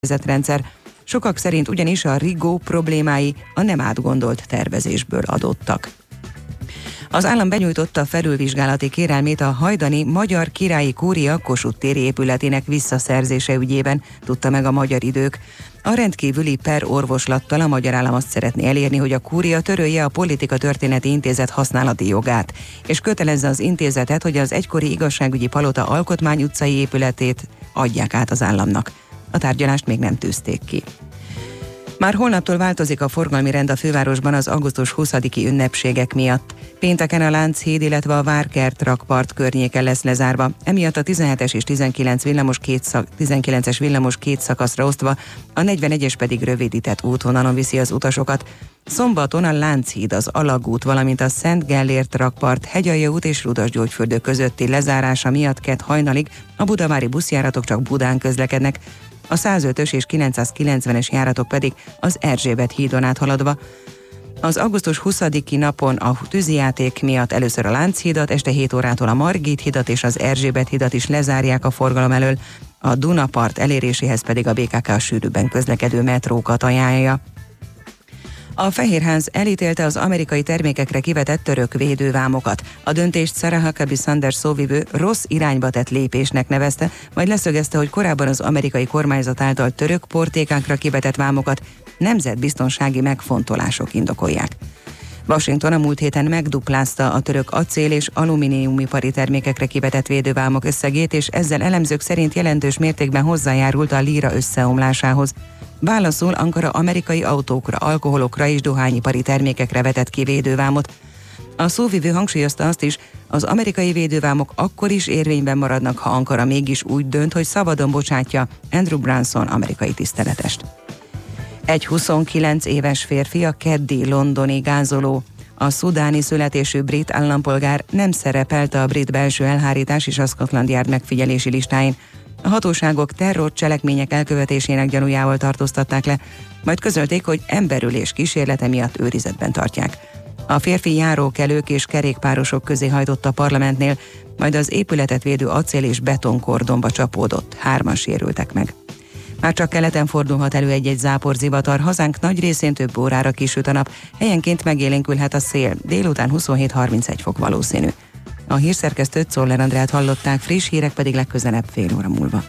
rendszer. Sokak szerint ugyanis a rigó problémái a nem átgondolt tervezésből adottak. Az állam benyújtotta felülvizsgálati kérelmét a hajdani Magyar Királyi Kúria Kossuth téri épületének visszaszerzése ügyében, tudta meg a Magyar Idők. A rendkívüli per orvoslattal a magyar állam azt szeretné elérni, hogy a kúria törölje a Politika Történeti Intézet használati jogát, és kötelezze az intézetet, hogy az egykori igazságügyi palota Alkotmány utcai épületét adják át az államnak. A tárgyalást még nem tűzték ki. Már holnaptól változik a forgalmi rend a fővárosban az augusztus 20-i ünnepségek miatt. Pénteken a Lánchíd, illetve a Várkert rakpart környéken lesz lezárva, emiatt a 17-es és 19-es villamos két szakaszra osztva, a 41-es pedig rövidített útvonalon viszi az utasokat. Szombaton a Lánchíd, az Alagút, valamint a Szent Gellért rakpart, Hegyalja út és Rudasgyógyfürdő közötti lezárása miatt kedd hajnalig a budavári buszjáratok csak Budán közlekednek, a 105-ös és 990-es járatok pedig az Erzsébet hídon áthaladva. Az augusztus 20-i napon a tűzijáték miatt először a Lánchídat, este 7 órától a Margit hidat és az Erzsébet hidat is lezárják a forgalom elől, a Dunapart eléréséhez pedig a BKK a sűrűbben közlekedő metrókat ajánlja. A Fehérház elítélte az amerikai termékekre kivetett török védővámokat. A döntést Sarah Huckabee Sanders szóvivő rossz irányba tett lépésnek nevezte, majd leszögezte, hogy korábban az amerikai kormányzat által török portékákra kivetett vámokat nemzetbiztonsági megfontolások indokolják. Washington a múlt héten megduplázta a török acél- és alumíniumipari termékekre kivetett védővámok összegét, és ezzel elemzők szerint jelentős mértékben hozzájárult a líra összeomlásához. Válaszul Ankara amerikai autókra, alkoholokra és dohányipari termékekre vetett ki védővámot. A szóvivő hangsúlyozta azt is, az amerikai védővámok akkor is érvényben maradnak, ha Ankara mégis úgy dönt, hogy szabadon bocsátja Andrew Branson amerikai tiszteletest. Egy 29 éves férfi, a keddi londoni gázoló, a szudáni születésű brit állampolgár nem szerepelt a brit belső elhárítás és a Scotland Yard megfigyelési listáin. A hatóságok terrorcselekmények elkövetésének gyanújával tartóztatták le, majd közölték, hogy emberölés kísérlete miatt őrizetben tartják. A férfi járókelők és kerékpárosok közé hajtott a parlamentnél, majd az épületet védő acél- és betonkordonba csapódott, 3-an sérültek meg. Már csak keleten fordulhat elő egy-egy záporzivatar, hazánk nagy részén több órára kisüt a nap, helyenként megélénkülhet a szél, délután 27-31 fok valószínű. A hírszerkesztőt, Czoller Andrát hallották, friss hírek pedig legközelebb fél óra múlva.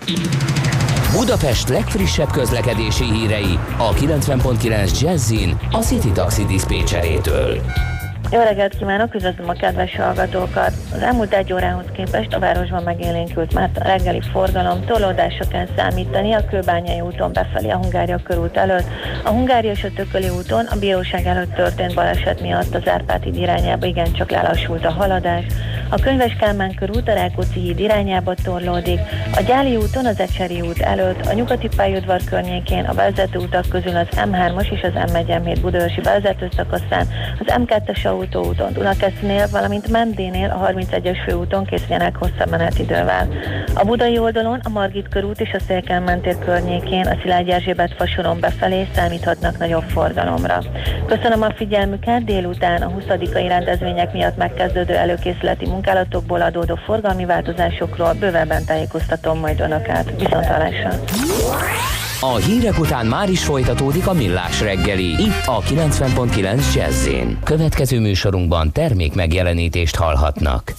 Budapest legfrissebb közlekedési hírei a 90.9 Jazzin a City Taxi diszpécserétől. Jó reggelt kívánok, üdvözlöm a kedves hallgatókat! Az elmúlt egy órához képest a városban megélénkült már a reggeli forgalom, torlódásra kell számítani a Kőbányai úton befelé a Hungária körút előtt. A Hungária és a Tököli úton a bíróság előtt történt baleset miatt az Árpád híd irányába igencsak lelassult a haladás. A Könyves Kálmán körút a Rákóczi híd irányába torlódik, a Gyáli úton az Ecseri út előtt, a Nyugati pályaudvar környékén a bevezető utak közül az M3-as és az M1-M7 budaörsi bevezető szakaszán, az M2-es autóúton Dunakeszinél, valamint Mendénél a 31-es főúton készüljenek hosszabb menetidővel. A budai oldalon a Margit körút és a Szél-Kálmán tér környékén a Szilágyi Erzsébet fasoron befelé számíthatnak nagyobb forgalomra. Köszönöm a figyelmüket, délután a 20-ai rendezvények miatt megkezdődő előkészületi munkálatokból adódó forgalmi változásokról bővebben tájékoztatom majd Önöket. Viszonthallásra! A hírek után már is folytatódik a Millás reggeli, itt a 90.9 Jazz-én. Következő műsorunkban termék megjelenítést hallhatnak.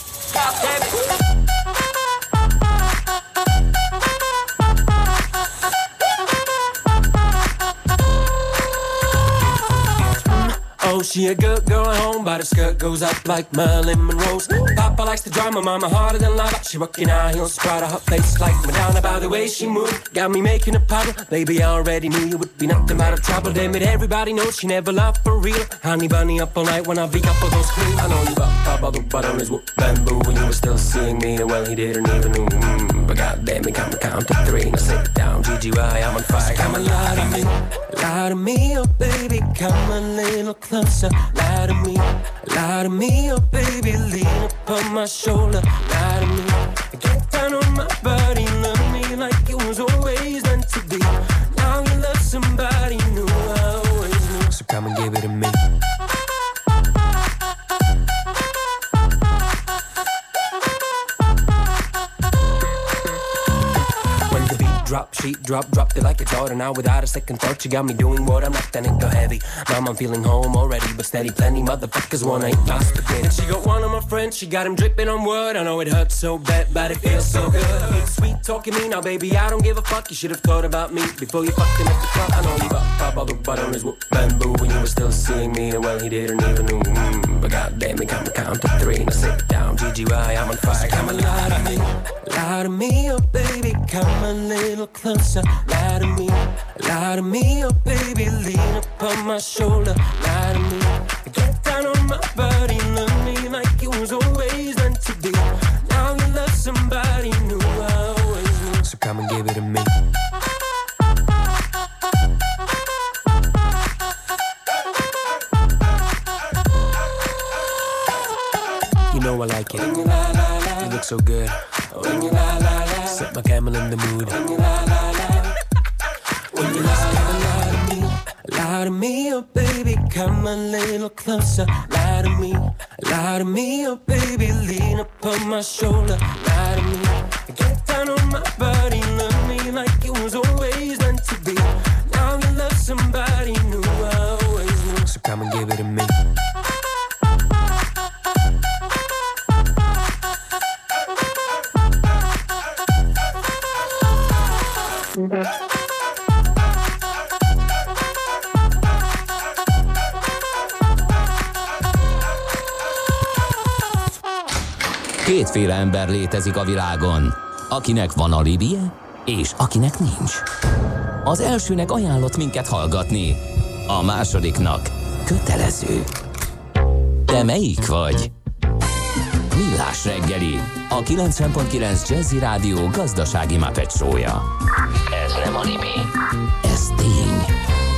Oh, she a good girl at home, but her skirt goes up like Marilyn Monroe's. Papa likes the drama, mama harder than lava. She rockin' high heels, proud of her face like Madonna. By the way she moved, got me making a puddle. Baby, I already knew you would be nothing but a trouble. Damn it, everybody knows she never loved for real. Honey bunny up all night when I be up for those cream. I know you but on his whoop bamboo when you were still seeing me. Well, he didn't even know. But goddamn, he got me count to 3. Now sit down, GGY, I'm on fire. Come and lie to me, oh baby, come a little closer. Lie to me, oh baby, lean upon my shoulder. Lie to me, get down on my body, love me like it was always meant to be. Now you love somebody new, I always knew. So come and give it to me. When the beat drop, sheet drop Feel like it's order now without a second thought. You got me doing what I'm not, then it go heavy. Mom, I'm feeling home already, but steady. Plenty motherfuckers wanna eat my spaghetti. And she got one of my friends, she got him dripping on wood. I know it hurts so bad, but it feels so good. I mean, sweet talking me now, baby, I don't give a fuck. You should have thought about me before you fucked him at the club. I know he bought the butt on his whoop bamboo when you were still seeing me, and well, he didn't even know. But goddamn, they come count to three. Now sit down, GGY, I'm on fire. Come and lie to me, oh baby, come a little closer. Lie to me, oh baby, lean upon my shoulder. Lie to me, get down on my body, love me like it was always meant to be. Now you love somebody new, I always knew. So come and give it to me. You know I like it. You look so good. Set my camel in the mood. When you lie to me, oh baby, come a little closer. Lie to me, oh baby, lean upon my shoulder. Lie to me, get down on my body, love me like it was always meant to be. Now you love somebody new, I always knew. So come and give it to me. Kétféle ember létezik a világon, akinek van alibije, és akinek nincs. Az elsőnek ajánlott minket hallgatni, a másodiknak kötelező. Te melyik vagy? Millás reggeli, a 90.9 Jazzy Rádió gazdasági Muppet show-ja. Ez nem anime, ez tény.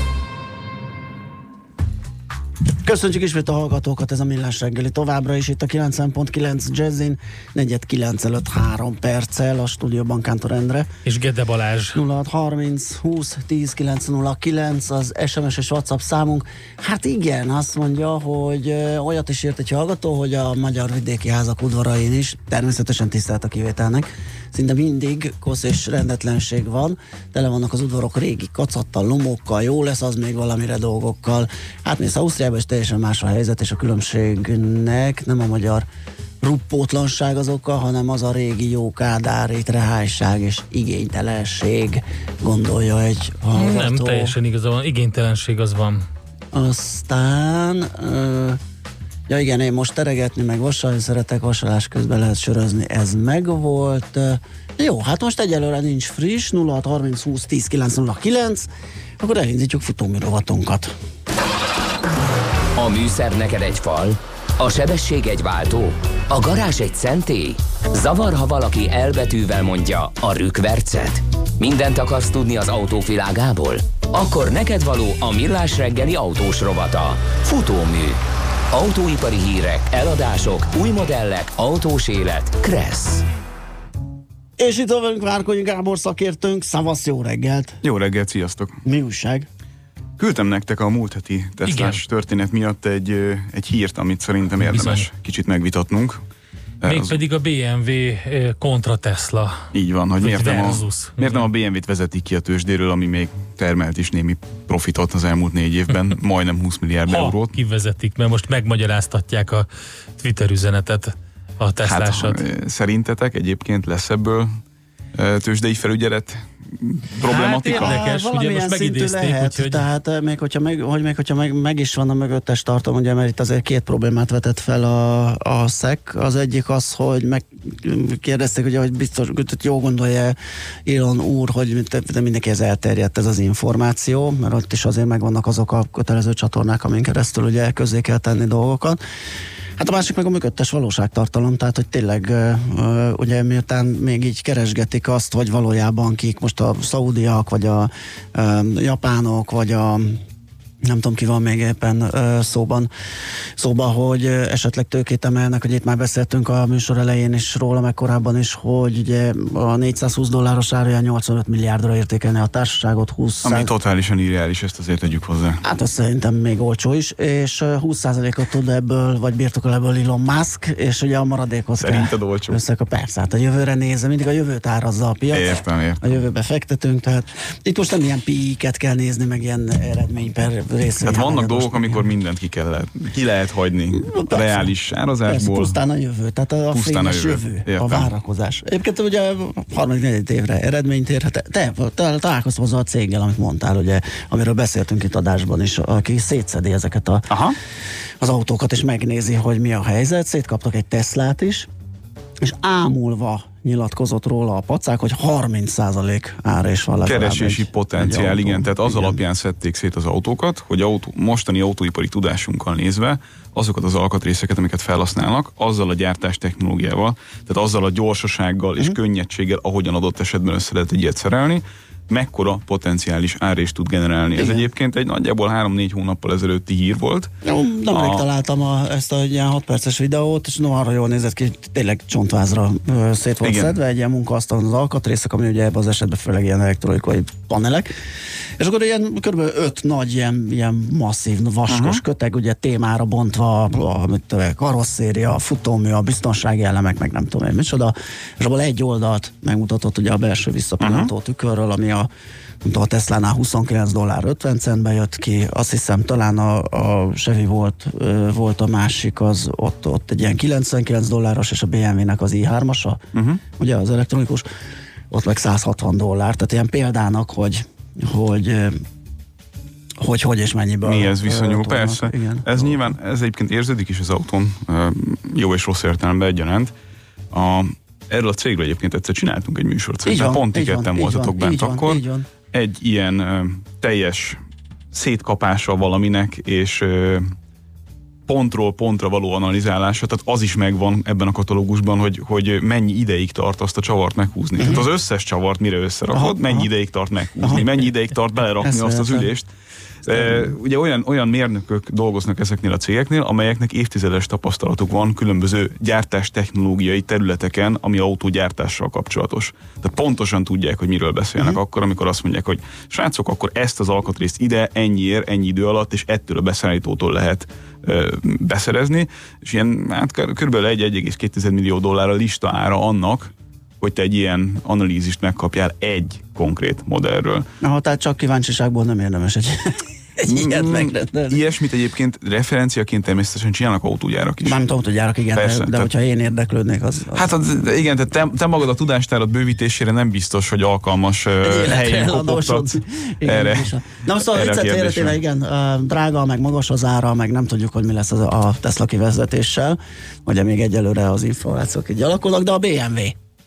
Köszönjük ismét a hallgatókat, ez a Millás reggeli továbbra is itt a 90.9 Jazzin, 8:09 előtt 3 perccel, a stúdióban Kántor Endre. És Gede Balázs. 0630 20 10 909 az SMS és WhatsApp számunk. Hát igen, azt mondja, hogy olyat is írt egy hallgató, hogy a magyar vidéki házak udvarain is, természetesen tisztelt a kivételnek, szinte mindig kosz és rendetlenség van, tele vannak az udvarok régi kacattal, lomokkal, jó lesz az még valamire dolgokkal. Hát mész Ausztriába, és teljesen más a helyzet, és a különbségnek nem a magyar ruppótlanság az oka, hanem az a régi jó kádári trehályság és igénytelenség, gondolja egy hallgató. Nem teljesen igaza van, igénytelenség az van. Aztán ja igen, én most teregetni, meg vasalni szeretek, vasalás közben lehet sörözni, ez megvolt. Jó, hát most egyelőre nincs friss, 0630 20 10 909, akkor elindítjuk futómű rovatunkat. A műszer neked egy fal, a sebesség egy váltó, a garázs egy szentély. Zavar, ha valaki elbetűvel mondja a rükvercet. Mindent akarsz tudni az autók világából? Akkor neked való a Millás reggeli autós rovata. Futómű. Autóipari hírek, eladások, új modellek, autós élet. Kressz. És itt van velünk Várkonyi Gábor szakértőnk, szavasz, jó reggelt! Jó reggelt, sziasztok! Mi újság? Küldtem nektek a múlt heti Teslás történet miatt egy hírt, amit szerintem érdemes kicsit megvitatnunk. Mégpedig a BMW kontra Tesla. Így van, hogy miért nem a BMW-t vezetik ki a tőzsdéről, ami még termelt is némi profitot az elmúlt 4 évben, majdnem 20 milliárd eurót. Kivezetik, mert most megmagyaráztatják a Twitter üzenetet a Teslásat. Hát, szerintetek egyébként lesz ebből tőzsdei felügyelet problematika? Hát érdekes, ugye most megidézték, lehet, úgyhogy... Tehát még hogyha meg is van a mögöttes tartom, ugye, mert itt azért 2 problémát vetett fel a SEC. Az egyik az, hogy megkérdezték, ugye, hogy biztos, jó gondolja Elon úr, hogy mindenkihez elterjedt ez az információ, mert ott is azért megvannak azok a kötelező csatornák, amin keresztül ugye közzé kell tenni dolgokat. Hát a másik meg a mögöttes valóságtartalom, tehát hogy tényleg ugye miután még így keresgetik azt, hogy valójában kik most a szaudiak, vagy a japánok, vagy a nem tudom, ki van még éppen szóban, hogy esetleg tőkét emelnek, hogy itt már beszéltünk a műsor elején is róla, meg korábban is, hogy ugye a $420 áraján 85 milliárdra értékelni a társaságot, 20%. Ami totálisan irreális, ezt azért tegyük hozzá. Hát azt szerintem még olcsó is, és 20%-ot tud ebből, vagy birtokol ebből Elon Musk, és ugye a maradékhoz szerinted olcsó? Persze, hát a jövőre nézve, mindig a jövőt árazza a piac. Értem. A jövőbe fektetünk, tehát itt most nem ilyen PI-ket kell nézni, meg ilyen eredmény per részvény. Tehát vannak dolgok, amikor mindent ki lehet hagyni a reális árazásból. Pusztán a jövő, tehát a fényes jövő, a várakozás. Egyébként ugye 3-4 évre eredményt érhet. Te találkoztam azzal a céggel, amit mondtál, ugye, amiről beszéltünk itt adásban is, aki szétszedi ezeket az autókat, és megnézi, hogy mi a helyzet. Szétkaptak egy Teslát is, és ámulva nyilatkozott róla a pacák, hogy 30% ára is van. Keresési potenciál, igen, tehát az alapján szedték szét az autókat, hogy mostani autóipari tudásunkkal nézve azokat az alkatrészeket, amiket felhasználnak, azzal a gyártás technológiával, tehát azzal a gyorsasággal és könnyedséggel, ahogyan adott esetben össze lehet egy ilyet szerelni, mekkora potenciális árést tud generálni. Igen. Ez egyébként egy nagyjából 3-4 hónappal ezelőtti hír volt. Nemrég találtam ezt a ilyen 6 perces videót, és arra jól nézett ki, tényleg csontvázra szét volt szedve, egy ilyen munkaasztalon az alkatrészek, ami ugye ebben az esetben főleg ilyen elektronikai panelek. És akkor ilyen kb. 5 nagy ilyen masszív, vaskos köteg, ugye témára bontva, a karosszéria, a futómű, a biztonsági elemek, meg nem tudom én micsoda, és abból egy oldalt megmutatott ugye a belső visszapillantó tükörről, ami a Teslánál $29.50 jött ki, azt hiszem talán a Chevy volt a másik, az ott egy ilyen $99, és a BMW-nek az i3-asa, ugye az elektronikus, ott meg $160, tehát ilyen példának, hogy és mennyiből. Mihez viszonyul, persze. Igen. Ez nyilván, ez egyébként érződik is az autón, jó és rossz értelemben egyaránt. Erről a cégről egyébként egyszer csináltunk egy műsort, szerintem pont ti ketten voltatok bent akkor. Egy ilyen teljes szétkapása valaminek, és pontról pontra való analizálása, tehát az is megvan ebben a katalógusban, hogy mennyi ideig tart azt a csavart meghúzni. Tehát az összes csavart mire összerakod, mennyi ideig tart meghúzni, mennyi ideig tart belerakni azt az ülést. Ugye olyan mérnökök dolgoznak ezeknél a cégeknél, amelyeknek évtizedes tapasztalatuk van különböző gyártás technológiai területeken, ami autógyártással kapcsolatos. Tehát pontosan tudják, hogy miről beszélnek akkor, amikor azt mondják, hogy srácok, akkor ezt az alkatrészt ide, ennyiért, ennyi idő alatt, és ettől a beszállítótól lehet beszerezni, és ilyen kb. $1,2 millió lista ára annak, hogy te egy ilyen analízist megkapjál egy konkrét modellről. Tehát csak kíváncsiságból nem érdemes egy ilyet megrendelni. Ilyesmit egyébként referenciaként természetesen csinálnak autógyárak is. Nem autógyárak, igen, persze, de hogyha én érdeklődnék, az... Hát igen, tehát te magad a tudástárat bővítésére nem biztos, hogy alkalmas helyen kopogtatsz erre. Na szóval viccet félretéve, igen, drága, meg magas az ára, meg nem tudjuk, hogy mi lesz a Tesla kivezetéssel, ugye még egyelőre az információk így alakulnak, de a BMW.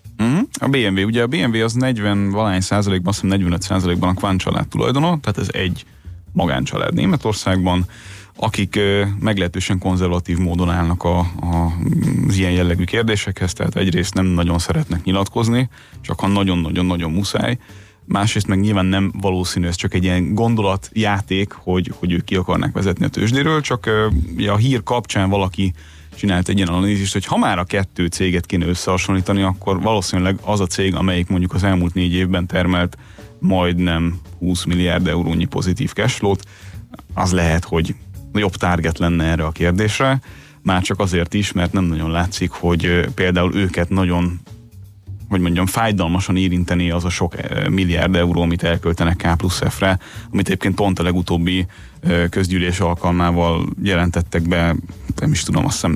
A BMW, ugye a BMW az 40% azt hiszem 45%-ban a Quant család tulajdona, tehát ez egy magáncsalád Németországban, akik meglehetősen konzervatív módon állnak az ilyen jellegű kérdésekhez, tehát egyrészt nem nagyon szeretnek nyilatkozni, csak ha nagyon-nagyon-nagyon muszáj, másrészt meg nyilván nem valószínű, ez csak egy ilyen gondolatjáték, hogy ők ki akarnak vezetni a tőzsdéről, csak a hír kapcsán valaki csinált egy ilyen analízist, hogy ha már a kettő céget kéne összehasonlítani, akkor valószínűleg az a cég, amelyik mondjuk az elmúlt 4 évben termelt majdnem 20 milliárd eurónyi pozitív cashflow-t, az lehet, hogy jobb target lenne erre a kérdésre, már csak azért is, mert nem nagyon látszik, hogy például őket nagyon, hogy mondjam, fájdalmasan érinteni az a sok milliárd euró, amit elköltenek K+F-re, amit egyébként pont a legutóbbi közgyűlés alkalmával jelentettek be, nem is tudom, azt hiszem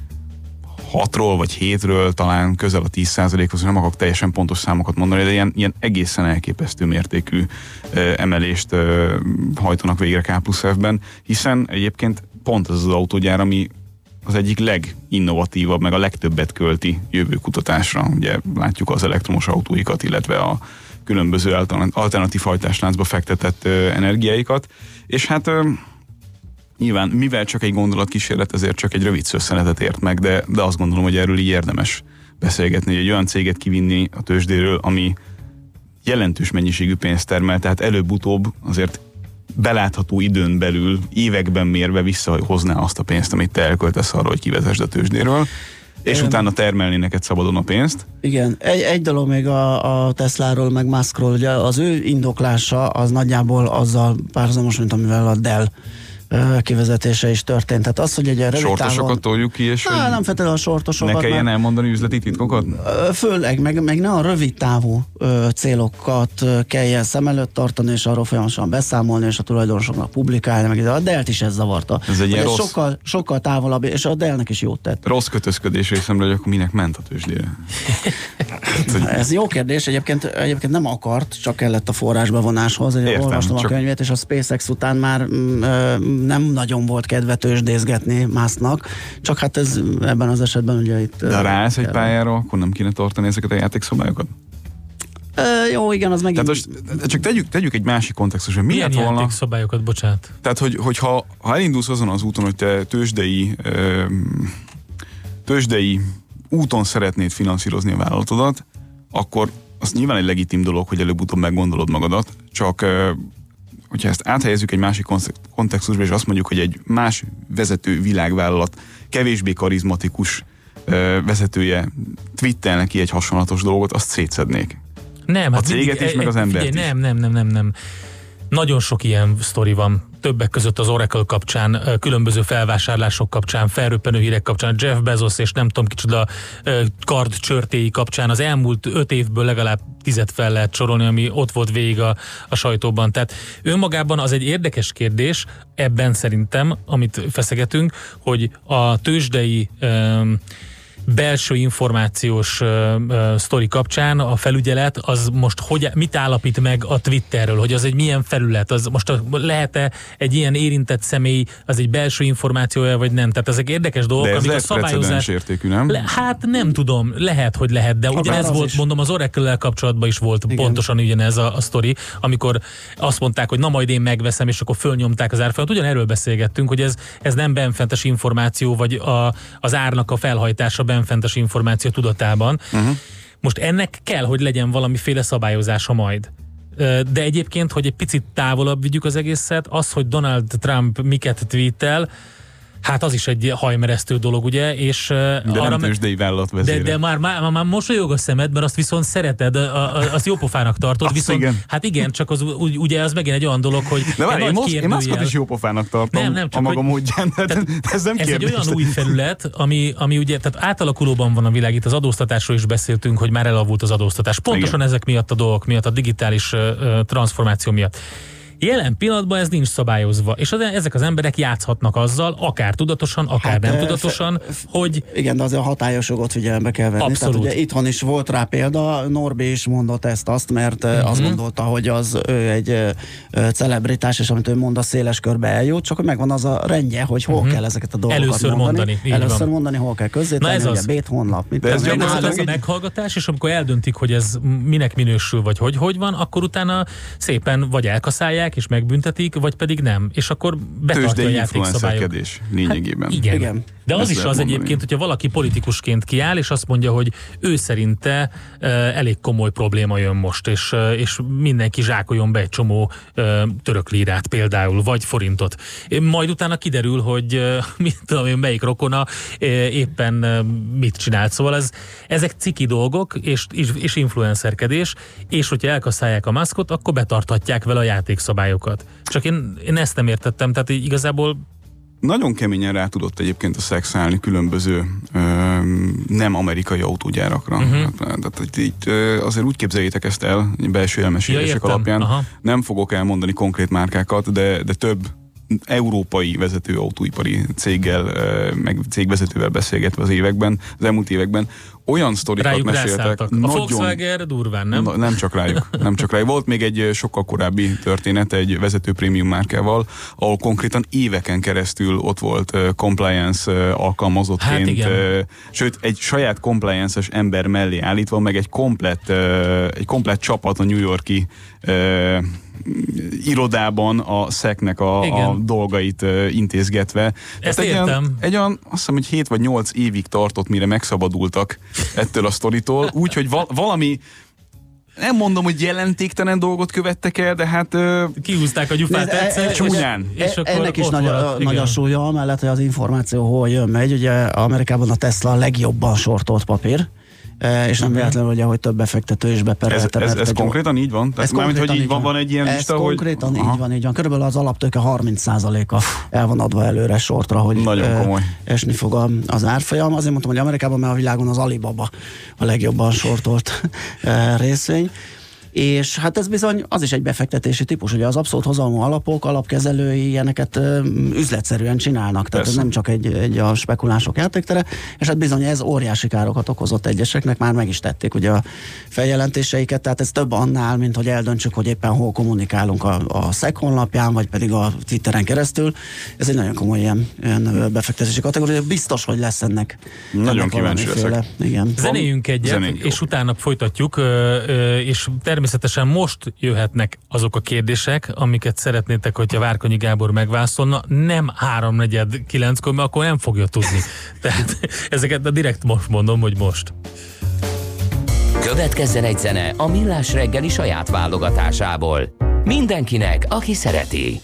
6-ról vagy 7-ről talán közel a 10%-hoz, nem akarok teljesen pontos számokat mondani, de ilyen egészen elképesztő mértékű emelést hajtanak végre K+F-ben, hiszen egyébként pont ez az autógyár, ami az egyik leginnovatívabb, meg a legtöbbet költi jövőkutatásra. Ugye látjuk az elektromos autóikat, illetve a különböző alternatív hajtásláncba fektetett energiáikat, és hát nyilván, mivel csak egy gondolatkísérlet, ezért csak egy rövid szösszenetet ért meg, de azt gondolom, hogy erről így érdemes beszélgetni, hogy egy olyan céget kivinni a tőzsdéről, ami jelentős mennyiségű pénzt termel, tehát előbb-utóbb azért belátható időn belül, években mérve visszahozná azt a pénzt, amit te elköltesz arra, hogy kivezesd a tőzsdéről, és utána termelni neked szabadon a pénzt. Igen, egy dolog még a Tesláról, meg Muskról, ugye az ő indoklása az nagyjából azzal párhuzamos, mint amivel a Dell kivezetése is történt. Tehát az, hogy egy rövid sortosokat toljuk ki, és nem feltétlenül a sortosokat. Ne kelljen elmondani üzleti titkokat? Főleg, meg ne a rövid távú célokat kelljen szem előtt tartani, és arról folyamatosan beszámolni, és a tulajdonosoknak publikálni, meg a Dell-t is ez zavarta. Ez egy ilyen rossz, sokkal távolabb, és a Dell-nek is jót tett. Rossz kötözködés részemről, hogy akkor minek ment a tőzsdére? Ez jó kérdés, egyébként nem akart, csak kellett a forrásbevonáshoz. Olvastam a könyvét, és a SpaceX után már nem nagyon volt kedve tőzsdézgetni Musknak, csak hát ez ebben az esetben ugye itt... De ráállsz egy pályára, akkor nem kéne tartani ezeket a játékszabályokat? Jó, igen, az megint... Tehát most csak tegyük egy másik kontextusra. Milyen játékszabályokat, bocsánat? Tehát, hogyha elindulsz azon az úton, hogy te tőzsdei úton szeretnéd finanszírozni a vállalatodat, akkor az nyilván egy legitim dolog, hogy előbb-utóbb meggondolod magadat, csak hogyha ezt áthelyezzük egy másik kontextusba, és azt mondjuk, hogy egy más vezető világvállalat, kevésbé karizmatikus vezetője twittelne ki egy hasonlatos dolgot, azt szétszednék. Nem, a céget is, meg az embert is. Nem. Nagyon sok ilyen sztori van. Többek között az Oracle kapcsán, különböző felvásárlások kapcsán, felröppenő hírek kapcsán, Jeff Bezos és nem tudom kicsoda kardcsörtéi kapcsán az elmúlt 5 évből legalább 10 fel lehet sorolni, ami ott volt végig a sajtóban. Tehát önmagában az egy érdekes kérdés, ebben szerintem, amit feszegetünk, hogy a tőzsdei belső információs sztori kapcsán a felügyelet az most mit állapít meg a Twitterről, hogy az egy milyen felület, az most lehet-e egy ilyen érintett személy, az egy belső információja, vagy nem? Tehát ezek érdekes dolgok, de ez amik lehet a szabályozás... értékű, nem? Hát nem tudom, lehet, hogy lehet, de ugyanez volt, is. Mondom, az Oracle-lel kapcsolatban is volt pontosan ugyanez a sztori, amikor azt mondták, hogy na majd én megveszem, és akkor fölnyomták az árfolyamot. Ugyanerről beszélgettünk, hogy ez nem benfentes információ, vagy az árnak a felhajtása benfentes információ tudatában. Most ennek kell, hogy legyen valamiféle szabályozása majd. De egyébként, hogy egy picit távolabb vigyük az egészet, az, hogy Donald Trump miket tweetel, hát az is egy hajmeresztő dolog, ugye? És de arra nem tőzsdei vállalat vezére. De már mosolyog a szemed, mert azt viszont szereted, azt jópofának tartod. Azt viszont, igen. Hát igen, csak az, ugye az megint egy olyan dolog, hogy de várj, én Muskot is jópofának tartom nem, a maga módján, de ez nem kérdés. Ez egy olyan új felület, ami ugye, tehát átalakulóban van a világ, itt az adóztatásról is beszéltünk, hogy már elavult az adóztatás. Pontosan igen. Ezek miatt a dolgok miatt, a digitális transformáció miatt. Jelen pillanatban ez nincs szabályozva, és ezek az emberek játszhatnak azzal, akár tudatosan, akár nem tudatosan, hogy... Igen, de azért a hatályos jogot figyelembe kell venni. Abszolút. Tehát ugye itthon is volt rá példa, Norbi is mondott ezt-azt, mert azt gondolta, hogy ő egy celebritás, és amit ő mond, a széles körbe eljut, csak hogy megvan az a rendje, hogy hol kell ezeket a dolgokat Először mondani, hol kell közzétenni, hogy a Bét honlap. Ez a meghallgatás, és amikor eldöntik, hogy ez minek minősül, vagy hogy van, akkor utána szépen vagy elkaszálják, és megbüntetik, vagy pedig nem. És akkor betartja a játékszabályok. Lényegében. Hát igen. De az is az mondani. Egyébként, hogyha valaki politikusként kiáll, és azt mondja, hogy ő szerinte elég komoly probléma jön most, és mindenki zsákoljon be egy csomó török lírát például, vagy forintot. Majd utána kiderül, hogy mit tudom én, melyik rokona éppen mit csinált. Szóval ezek ciki dolgok, és influencerkedés, és hogyha elkaszálják a Muskot, akkor betartatják vele a játékszabályokat. Csak én ezt nem értettem, tehát igazából nagyon keményen rá tudott egyébként a szex állni különböző nem amerikai autógyárakra. Tehát itt azért úgy képzeljétek ezt el, belső elmesélések alapján. Aha. Nem fogok elmondani konkrét márkákat, de több európai vezető autóipari céggel, meg cégvezetővel beszélgetve az elmúlt években, olyan sztorikat meséltek. A Volkswagen durván, nem? Nem csak rájuk. Volt még egy sokkal korábbi történet egy vezető prémium márkával, ahol konkrétan éveken keresztül ott volt compliance alkalmazottként, sőt egy saját compliance-es ember mellé állítva, meg egy komplett csapat a New York-i irodában a SEC-nek a dolgait intézgetve. Ezt értem. Egy olyan, azt hiszem, hogy 7 vagy 8 évig tartott, mire megszabadultak ettől a sztoritól, úgyhogy valami Nem mondom, hogy jelentéktelen dolgot követtek el, de hát... Kihúzták a gyufát egyszer, csúnyán. És akkor ennek is maradt, nagy a súlya, amellett, hogy az információ hol jön, megy. Ugye Amerikában a Tesla a legjobban sortolt papír, és nem véletlenül, ugye, hogy több befektető is beperelte. Ez konkrétan így van? Tehát mármint, hogy így van egy ilyen lista, hogy... konkrétan így van. Körülbelül az alaptőke 30%-a el van adva előre sortra, hogy nagyon komoly. Esni fog az árfolyam. Azért mondtam, hogy Amerikában, mert a világon az Alibaba a legjobban sortolt részvény. És hát ez bizony, az is egy befektetési típus, ugye az abszolút hozamú alapok, alapkezelői ilyeneket üzletszerűen csinálnak, tehát ez nem csak egy a spekulánsok játéktere, és hát bizony ez óriási károkat okozott egyeseknek, már meg is tették ugye a feljelentéseiket, tehát ez több annál, mint hogy eldöntsük, hogy éppen hol kommunikálunk a SEC honlapján, vagy pedig a Twitteren keresztül. Ez egy nagyon komoly ilyen befektetési kategória, biztos, hogy lesz ennek. Nagyon kíváncsi leszek. Igen. Zenéljünk egyet, és utána folytatjuk, és természetesen most jöhetnek azok a kérdések, amiket szeretnétek, hogyha Várkonyi Gábor megválaszolna, nem 8:45-kor, mert akkor nem fogja tudni. Tehát ezeket direkt most mondom, hogy most. Következzen egy zene a Millás reggeli saját válogatásából. Mindenkinek, aki szereti.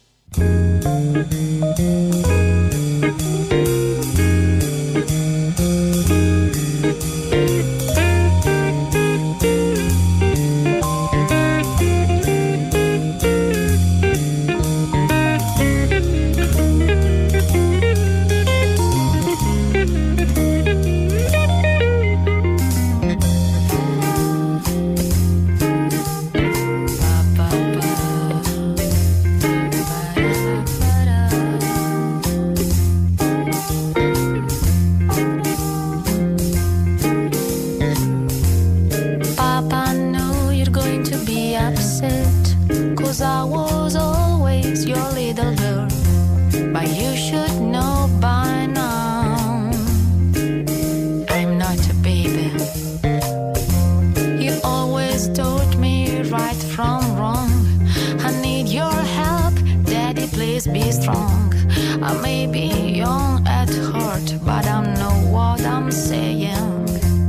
Be strong. I may be young at heart, but I know what I'm saying.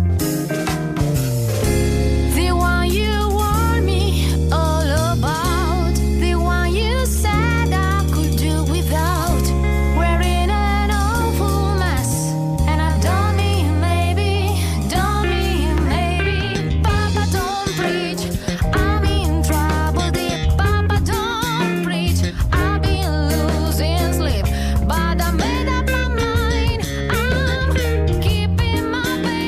The one you warned me all about, the one you said I could do without. We're in an awful mess, and I don't mean maybe, Papa don't preach, I'm in trouble, dear Papa don't preach, I've been losing sleep, but I made up my mind, I'm keeping my faith.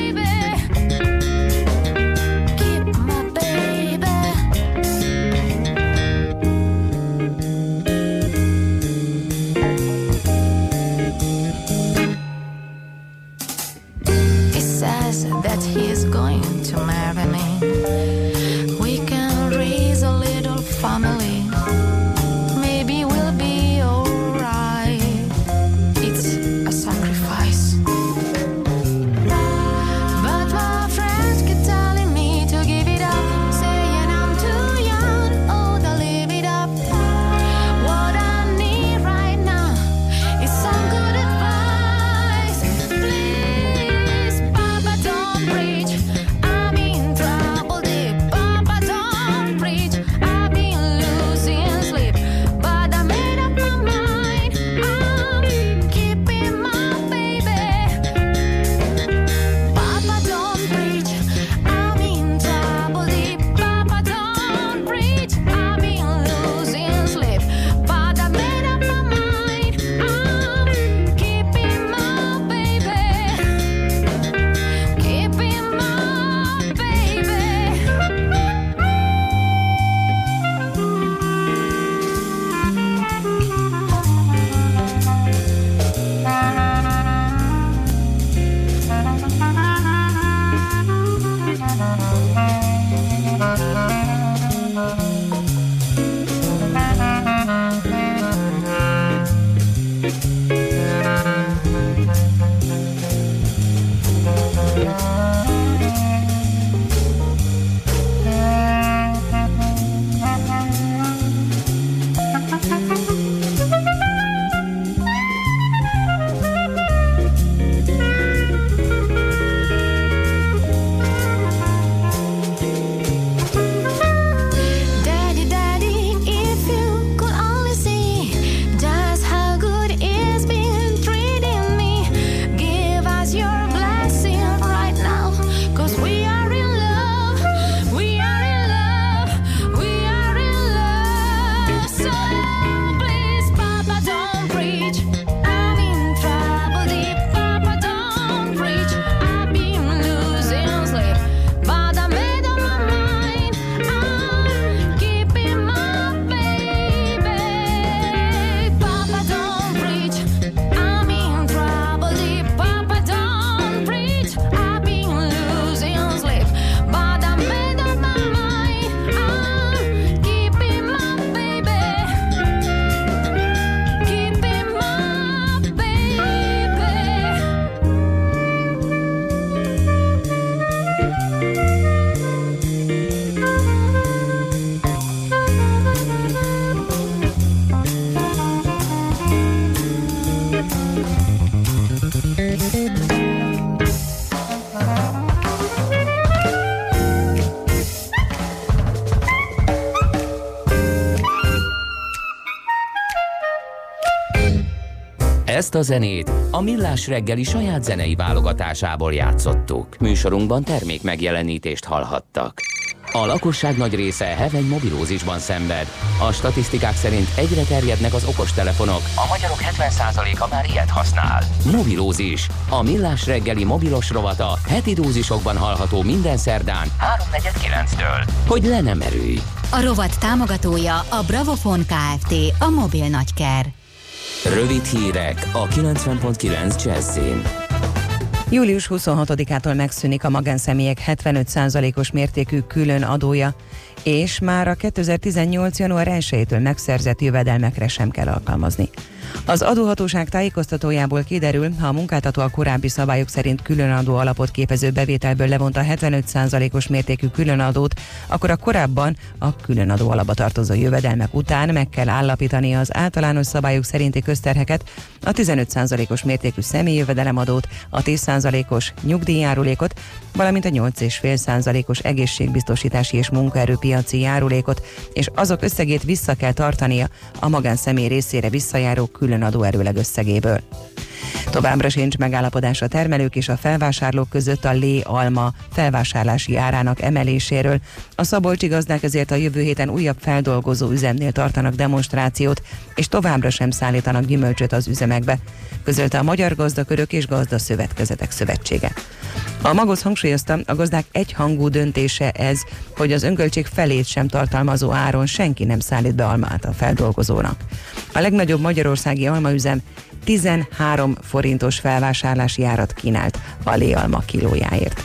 Ezt a zenét a Millás reggeli saját zenei válogatásából játszottuk. Műsorunkban termék megjelenítést hallhattak. A lakosság nagy része heveny mobilózisban szenved. A statisztikák szerint egyre terjednek az okostelefonok. A magyarok 70%-a már ilyet használ. Mobilózis. A Millás reggeli mobilos rovata heti dózisokban hallható minden szerdán 3:49-től. Hogy le nem erőj. A rovat támogatója a Bravofon Kft. A mobil nagyker. Rövid hírek a 90.9 Jazzin. Július 26-ától megszűnik a magánszemélyek 75%-os mértékű külön adója, és már a 2018. január 1-től megszerzett jövedelmekre sem kell alkalmazni. Az adóhatóság tájékoztatójából kiderül, ha a munkáltató a korábbi szabályok szerint különadó alapot képező bevételből levonta 75%-os mértékű különadót, akkor a korábban a különadó alapba tartozó jövedelmek után meg kell állapítani az általános szabályok szerinti közterheket, a 15%-os mértékű személyjövedelemadót, a 10%-os nyugdíjjárulékot, valamint a 8,5%-os egészségbiztosítási és munkaerőpiaci járulékot, és azok összegét vissza kell tartania a magánszemély részére visszajáró különadó erőleg összegéből. Továbbra sincs megállapodás a termelők és a felvásárlók között a lé-alma felvásárlási árának emeléséről. A szabolcsi gazdák ezért a jövő héten újabb feldolgozó üzemnél tartanak demonstrációt, és továbbra sem szállítanak gyümölcsöt az üzemekbe, közölte a Magyar Gazdakörök és Gazdaszövetkezetek Szövetsége. A Magoz hangsúlyozta, a gazdák egyhangú döntése ez, hogy az önköltség felét sem tartalmazó áron senki nem szállít be almát a feldolgozónak. A legnagyobb magyarországi almaüzem 13 forintos felvásárlási árat kínált a léalma kilójáért.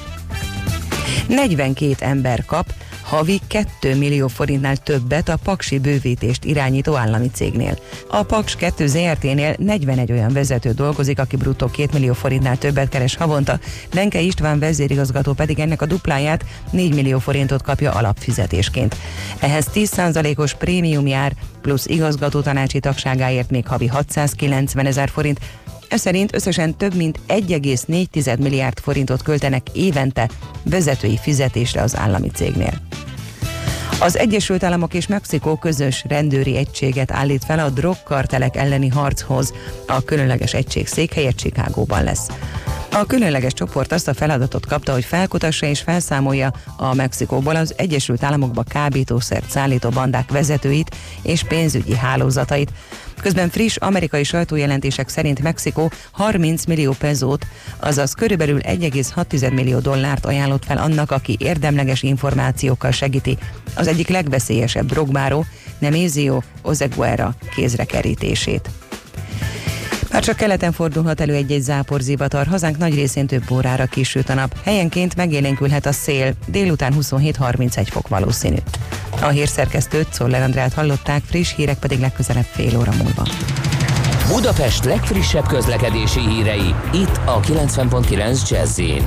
42 ember kap havi 2 millió forintnál többet a paksi bővítést irányító állami cégnél. A Paks 2 ZRT-nél 41 olyan vezető dolgozik, aki bruttó 2 millió forintnál többet keres havonta, Lenke István vezérigazgató pedig ennek a dupláját, 4 millió forintot kapja alapfizetésként. Ehhez 10%-os prémium jár, plusz igazgató tanácsi tagságáért még havi 690 000 forint, ez szerint összesen több mint 1,4 milliárd forintot költenek évente vezetői fizetésre az állami cégnél. Az Egyesült Államok és Mexikó közös rendőri egységet állít fel a drogkartelek elleni harchoz. A különleges egység székhelye Chicagóban lesz. A különleges csoport azt a feladatot kapta, hogy felkutassa és felszámolja a Mexikóból az Egyesült Államokba kábítószert szállító bandák vezetőit és pénzügyi hálózatait. Közben friss amerikai sajtójelentések szerint Mexikó 30 millió pezót, azaz körülbelül 1,6 millió dollárt ajánlott fel annak, aki érdemleges információkkal segíti az egyik legveszélyesebb drogbáró, Nemesio Oseguera kézre kerítését. Már csak keleten fordulhat elő egy-egy záporzivatar, hazánk nagy részén több órára kisüt a nap. Helyenként megélénkülhet a szél, délután 27-31 fok valószínű. A hírszerkesztőt, Czoller Andrát hallották, friss hírek pedig legközelebb fél óra múlva. Budapest legfrissebb közlekedési hírei, itt a 90.9 Jazz-in.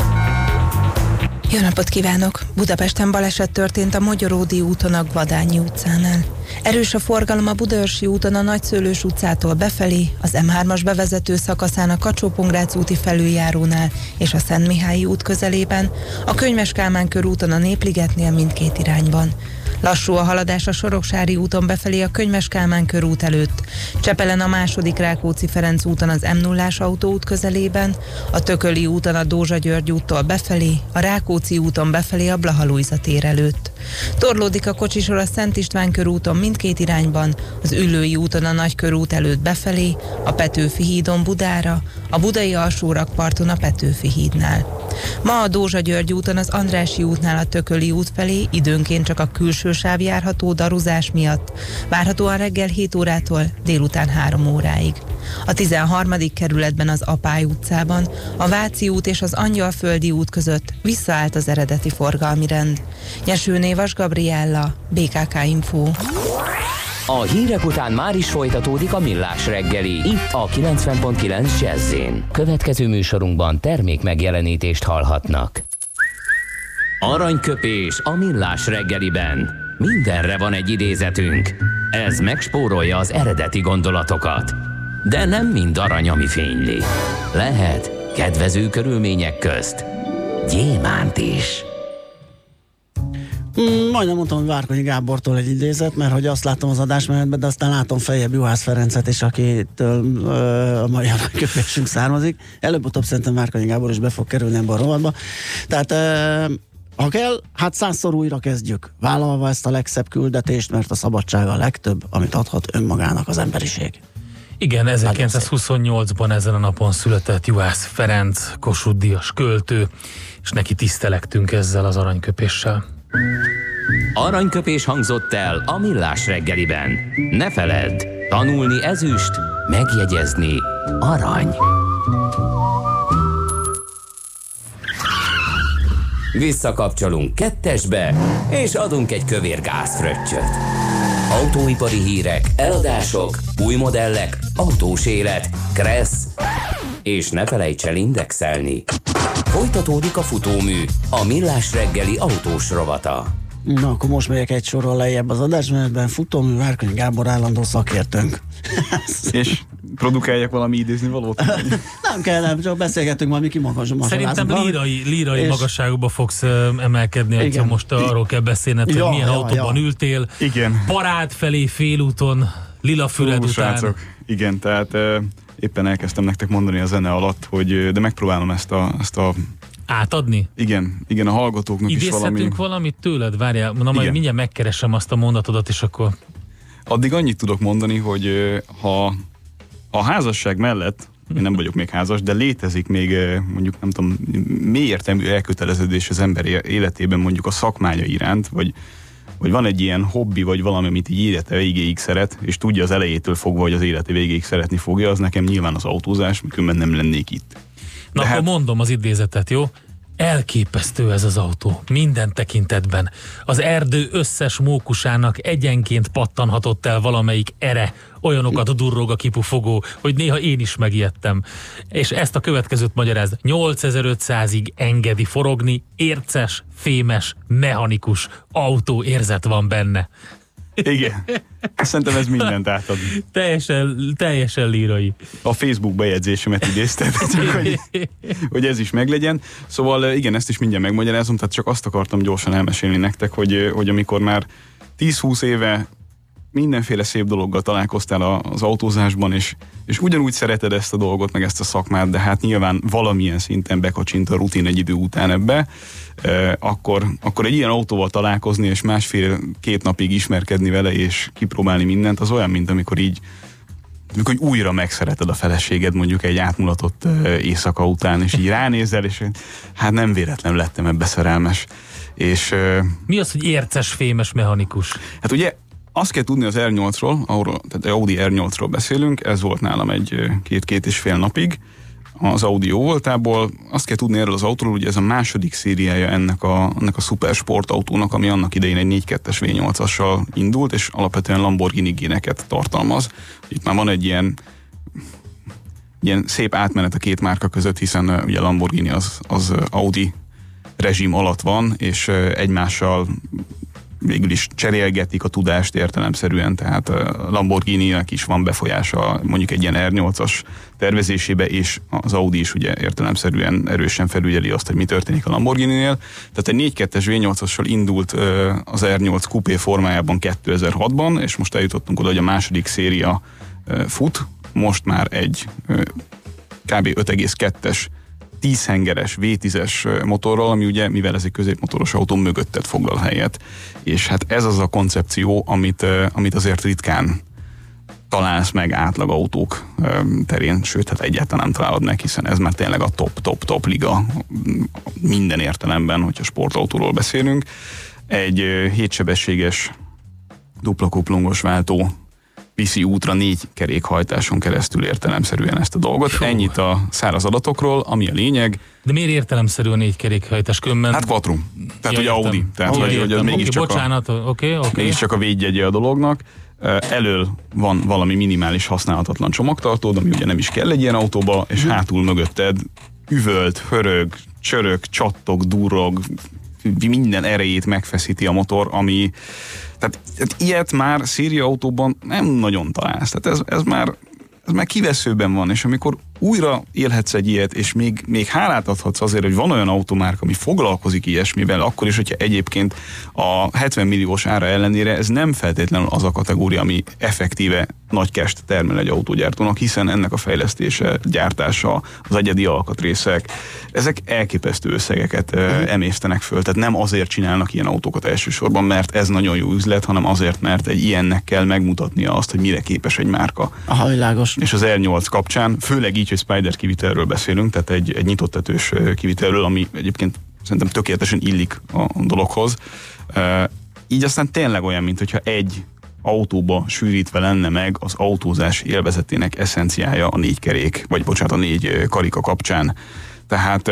Jó napot kívánok! Budapesten baleset történt a Magyaródi úton a Gvadányi utcánál. Erős a forgalom a Budaörsi úton a Nagyszőlős utcától befelé, az M3-as bevezető szakaszán a Kacsó-Pongrác úti felüljárónál és a Szentmihályi út közelében, a Könyves Kálmán körúton a Népligetnél mindkét irányban. Lassú a haladás a Soroksári úton befelé a Könyves Kálmán körút előtt, Csepelen a második Rákóczi-Ferenc úton az M0-ás autóút közelében, a Tököli úton a Dózsa-György úttól befelé, a Rákóczi úton befelé a Blaha-Lujza tér előtt. Torlódik a kocsisor a Szent István körúton mindkét irányban, az Üllői úton a Nagykörút előtt befelé, a Petőfi hídon Budára, a Budai alsórakparton a Petőfi hídnál. Ma a Dózsa-György úton az Andrássy útnál a Tököli út felé időnként csak a külső sáv járható daruzás miatt, várhatóan reggel 7 órától délután 3 óráig. A 13. kerületben az Apály utcában, a Váci út és az Angyalföldi út között visszaállt az eredeti forgalmi rend. Nyesőné Vas Gabriella, BKK Info. A hírek után már is folytatódik a Millás reggeli, itt a 90.9 Jazz-in. Következő műsorunkban termék megjelenítést hallhatnak. Aranyköpés a Millás reggeliben. Mindenre van egy idézetünk. Ez megspórolja az eredeti gondolatokat. De nem mind arany, ami fényli. Lehet kedvező körülmények közt gyémánt is. Majdnem mondtam, hogy Várkonyi Gábortól egy idézet, mert hogy azt látom az adásmenetben, de aztán látom feljebb Juhász Ferencet is, akitől a mai aranyköpésünk származik. Előbb-utóbb szerintem Várkonyi Gábor is be fog kerülni ebbe a rovatba. Tehát ha kell, hát 100-szor újra kezdjük, vállalva ezt a legszebb küldetést, mert a szabadság a legtöbb, amit adhat önmagának az emberiség. Igen, 1928-ban ezen a napon született Juhász Ferenc, Kossuth-díjas költő, és neki tisztelektünk ezzel az aranyköpéssel. Aranyköpés hangzott el a Millás reggeliben. Ne feledd, tanulni ezüst, megjegyezni arany. Visszakapcsolunk 2-esbe, és adunk egy kövér gázfröccsöt. Autóipari hírek, eladások, új modellek, autós élet, kressz, és ne felejts el indexelni. Folytatódik a futómű, a Millás reggeli autós rovata. Na, akkor most megyek egy sorral lejjebb az adásmenetben, futómű Várkonyi Gábor állandó szakértőnk. És produkáljak valami idézni valót? Nem kell, nem, csak beszélgetünk majd, mi kimagasom. Szerintem lírai és magasságokba fogsz emelkedni, egyszer most arról kell beszélned, hogy milyen autóban ültél. Igen. Parád felé félúton, Lilafüred után. Srácok. Igen, tehát éppen elkezdtem nektek mondani a zene alatt, hogy de megpróbálom ezt a átadni? Igen, a hallgatóknak is valami... Idézhetünk valamit tőled? Várjál, majd mindjárt megkeresem azt a mondatodat, és akkor... Addig annyit tudok mondani, hogy ha a házasság mellett, én nem vagyok még házas, de létezik még mondjuk nem tudom, mély értelmű elköteleződés az ember életében mondjuk a szakmája iránt, vagy van egy ilyen hobbi, vagy valami, amit így élete végéig szeret, és tudja az elejétől fogva, hogy az élete végéig szeretni fogja, az nekem nyilván az autózás, miközben nem lennék itt. Na, akkor mondom az idézetet, jó? Elképesztő ez az autó, minden tekintetben. Az erdő összes mókusának egyenként pattanhatott el valamelyik ere, olyanokat durrog a kipufogó, hogy néha én is megijedtem. És ezt a következőt magyarázd. 8500-ig engedi forogni, érces, fémes, mechanikus autóérzet van benne. Igen. Szerintem ez mindent átad. Teljesen lírai. A Facebook bejegyzésemet idézted, hogy ez is meglegyen. Szóval igen, ezt is mindjárt megmagyarázom, tehát csak azt akartam gyorsan elmesélni nektek, hogy amikor már 10-20 éve mindenféle szép dologgal találkoztál az autózásban, és ugyanúgy szereted ezt a dolgot, meg ezt a szakmát, de hát nyilván valamilyen szinten bekacsint a rutin egy idő után ebbe, akkor egy ilyen autóval találkozni, és 1,5-2 napig ismerkedni vele, és kipróbálni mindent, az olyan, mint amikor újra megszereted a feleséged mondjuk egy átmulatott éjszaka után, és így ránézel, és hát nem véletlen lettem ebbe szerelmes. És, mi az, hogy érces, fémes, mechanikus? Hát ugye azt kell tudni az R8-ról, tehát Audi R8-ról beszélünk, ez volt nálam egy 2-2,5 napig, az Audi jó voltából. Azt kell tudni erről az autóról, hogy ez a második szériája ennek a szuper sportautónak, ami annak idején egy 4.2-es V8-assal indult, és alapvetően Lamborghini géneket tartalmaz. Itt már van egy ilyen szép átmenet a két márka között, hiszen ugye Lamborghini az Audi rezsim alatt van, és egymással végül is cserélgetik a tudást értelemszerűen, tehát Lamborghini-nek is van befolyása mondjuk egy ilyen R8-as tervezésébe, és az Audi is ugye értelemszerűen erősen felügyeli azt, hogy mi történik a Lamborghini-nél. Tehát egy 4.2-es V8-assal indult az R8 coupé formájában 2006-ban, és most eljutottunk oda, hogy a második széria fut, most már egy kb. 5,2-es 10 hengeres V10-es motorral, ami ugye, mivel ez egy középmotoros autó, mögöttet foglal helyet. És hát ez az a koncepció, amit azért ritkán találsz meg átlag autók terén, sőt, hát egyáltalán nem találod meg, hiszen ez már tényleg a top liga minden értelemben, hogyha sportautóról beszélünk. Egy 7-sebességes dupla kuplungos váltó viszi útra 4 kerékhajtáson keresztül értelemszerűen ezt a dolgot. Ennyit a száraz adatokról, ami a lényeg. De miért értelemszerű a 4 kerékhajtás különben? Hát quattrum. Tehát ugye Audi. Tehát hogy az mégiscsak a védjegye a dolognak. Elől van valami minimális használhatatlan csomagtartód, ami ugye nem is kell egy ilyen autóba, és hátul mögötted üvölt, hörög, csörög, csattog, durrog, minden erejét megfeszíti a motor, ami tehát ilyet már szériaautóban nem nagyon találsz. Tehát ez már kiveszőben van, és amikor újra élhetsz egy ilyet, és még hálát adhatsz azért, hogy van olyan automárka, ami foglalkozik ilyesmivel, akkor is, hogyha egyébként a 70 milliós ára ellenére ez nem feltétlenül az a kategória, ami effektíve nagy cash-t termel egy autógyártónak, hiszen ennek a fejlesztése, gyártása, az egyedi alkatrészek, ezek elképesztő összegeket emésztenek föl. Tehát nem azért csinálnak ilyen autókat elsősorban, mert ez nagyon jó üzlet, hanem azért, mert egy ilyennek kell megmutatnia azt, hogy mire képes egy márka. Aha, világos. És az R8 kapcsán, főleg így, hogy Spider kivitelről beszélünk, tehát egy nyitott tetős kivitelről, ami egyébként szerintem tökéletesen illik a dologhoz. Így aztán tényleg olyan, mintha egy autóba sűrítve lenne meg az autózás élvezetének eszenciája a 4 kerék, vagy bocsánat, a 4 karika kapcsán. Tehát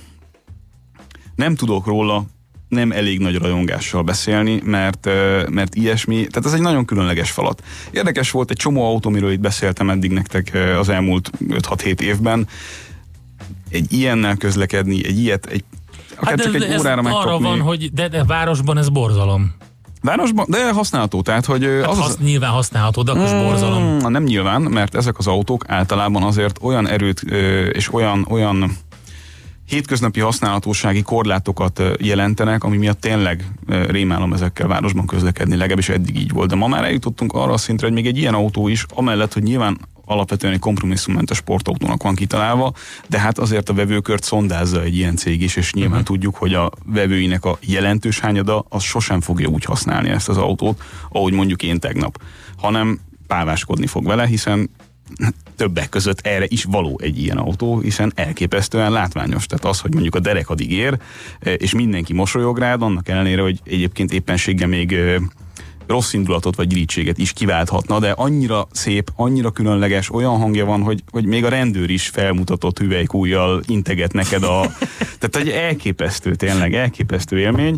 nem tudok róla nem elég nagy rajongással beszélni, mert ilyesmi, tehát ez egy nagyon különleges falat. Érdekes volt egy csomó autó, amiről itt beszéltem eddig nektek az elmúlt 5-6-7 évben. Egy ilyennel közlekedni, egy ilyet, akár csak egy órára megkapni. Arra van, hogy de városban ez borzalom. Városban, de használható, tehát hogy... Nyilván használható, de akkor borzalom. Nem nyilván, mert ezek az autók általában azért olyan erőt és olyan hétköznapi használhatósági korlátokat jelentenek, ami miatt tényleg rémálom ezekkel városban közlekedni, legalábbis eddig így volt. De ma már eljutottunk arra a szintre, hogy még egy ilyen autó is, amellett, hogy nyilván alapvetően egy kompromisszummentes sportautónak van kitalálva, de hát azért a vevőkört szondázza egy ilyen cég is, és nyilván tudjuk, hogy a vevőinek a jelentős hányada az sosem fogja úgy használni ezt az autót, ahogy mondjuk én tegnap, hanem páváskodni fog vele, hiszen többek között erre is való egy ilyen autó, hiszen elképesztően látványos. Tehát az, hogy mondjuk a derekadig ér, és mindenki mosolyog rád, annak ellenére, hogy egyébként éppenséggel még rossz indulatot vagy irítséget is kiválthatna, de annyira szép, annyira különleges, olyan hangja van, hogy még a rendőr is felmutatott hüvelykújjal integet neked tehát egy elképesztő, tényleg elképesztő élmény.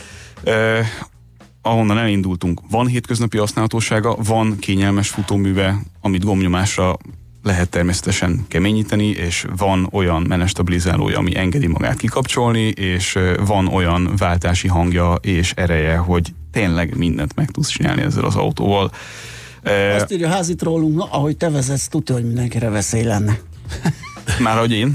Ahonnan elindultunk, van hétköznapi használhatósága, van kényelmes futóműve, amit gombnyomásra lehet természetesen keményíteni, és van olyan menetstabilizálója, ami engedi magát kikapcsolni, és van olyan váltási hangja és ereje, hogy tényleg mindent meg tudsz csinálni ezzel az autóval. Azt írja házit rólunk, na, ahogy te vezetsz, tudja, hogy mindenkire veszély lenne. Már hogy én?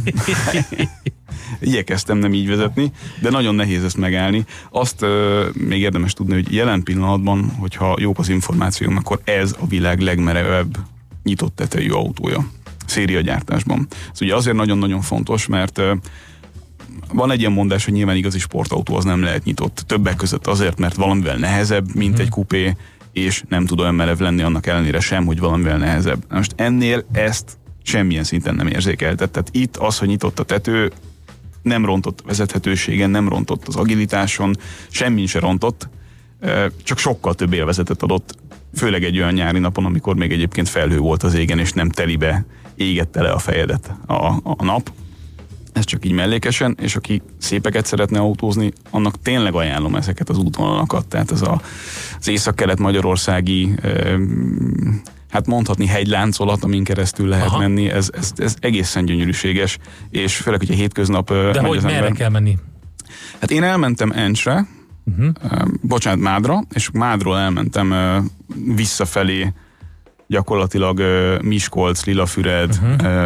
Igyekeztem nem így vezetni, de nagyon nehéz ezt megállni. Azt még érdemes tudni, hogy jelen pillanatban, hogyha jók az információk, akkor ez a világ legmerevebb nyitott tetejű autója szériagyártásban. Ez ugye azért nagyon-nagyon fontos, mert van egy ilyen mondás, hogy nyilván igazi sportautó az nem lehet nyitott. Többek között azért, mert valamivel nehezebb, mint egy kupé, és nem tud olyan merev lenni annak ellenére sem, hogy valamivel nehezebb. Most ennél ezt semmilyen szinten nem érzékeltet. Tehát itt az, hogy nyitott a tető, nem rontott a vezethetőségen, nem rontott az agilitáson, semmin se rontott, csak sokkal több élvezetet adott, főleg egy olyan nyári napon, amikor még egyébként felhő volt az égen, és nem telibe égette le a fejedet a nap. Ez csak így mellékesen, és aki szépeket szeretne autózni, annak tényleg ajánlom ezeket az útvonalakat, tehát ez az észak-kelet-magyarországi hát mondhatni hegyláncolat, amin keresztül lehet menni, ez egészen gyönyörűséges, és főleg, hogyha hétköznap de hogy merre kell menni? Hát én elmentem Encsre, bocsánat, Mádra, és Mádról elmentem visszafelé gyakorlatilag Miskolc, Lilafüred,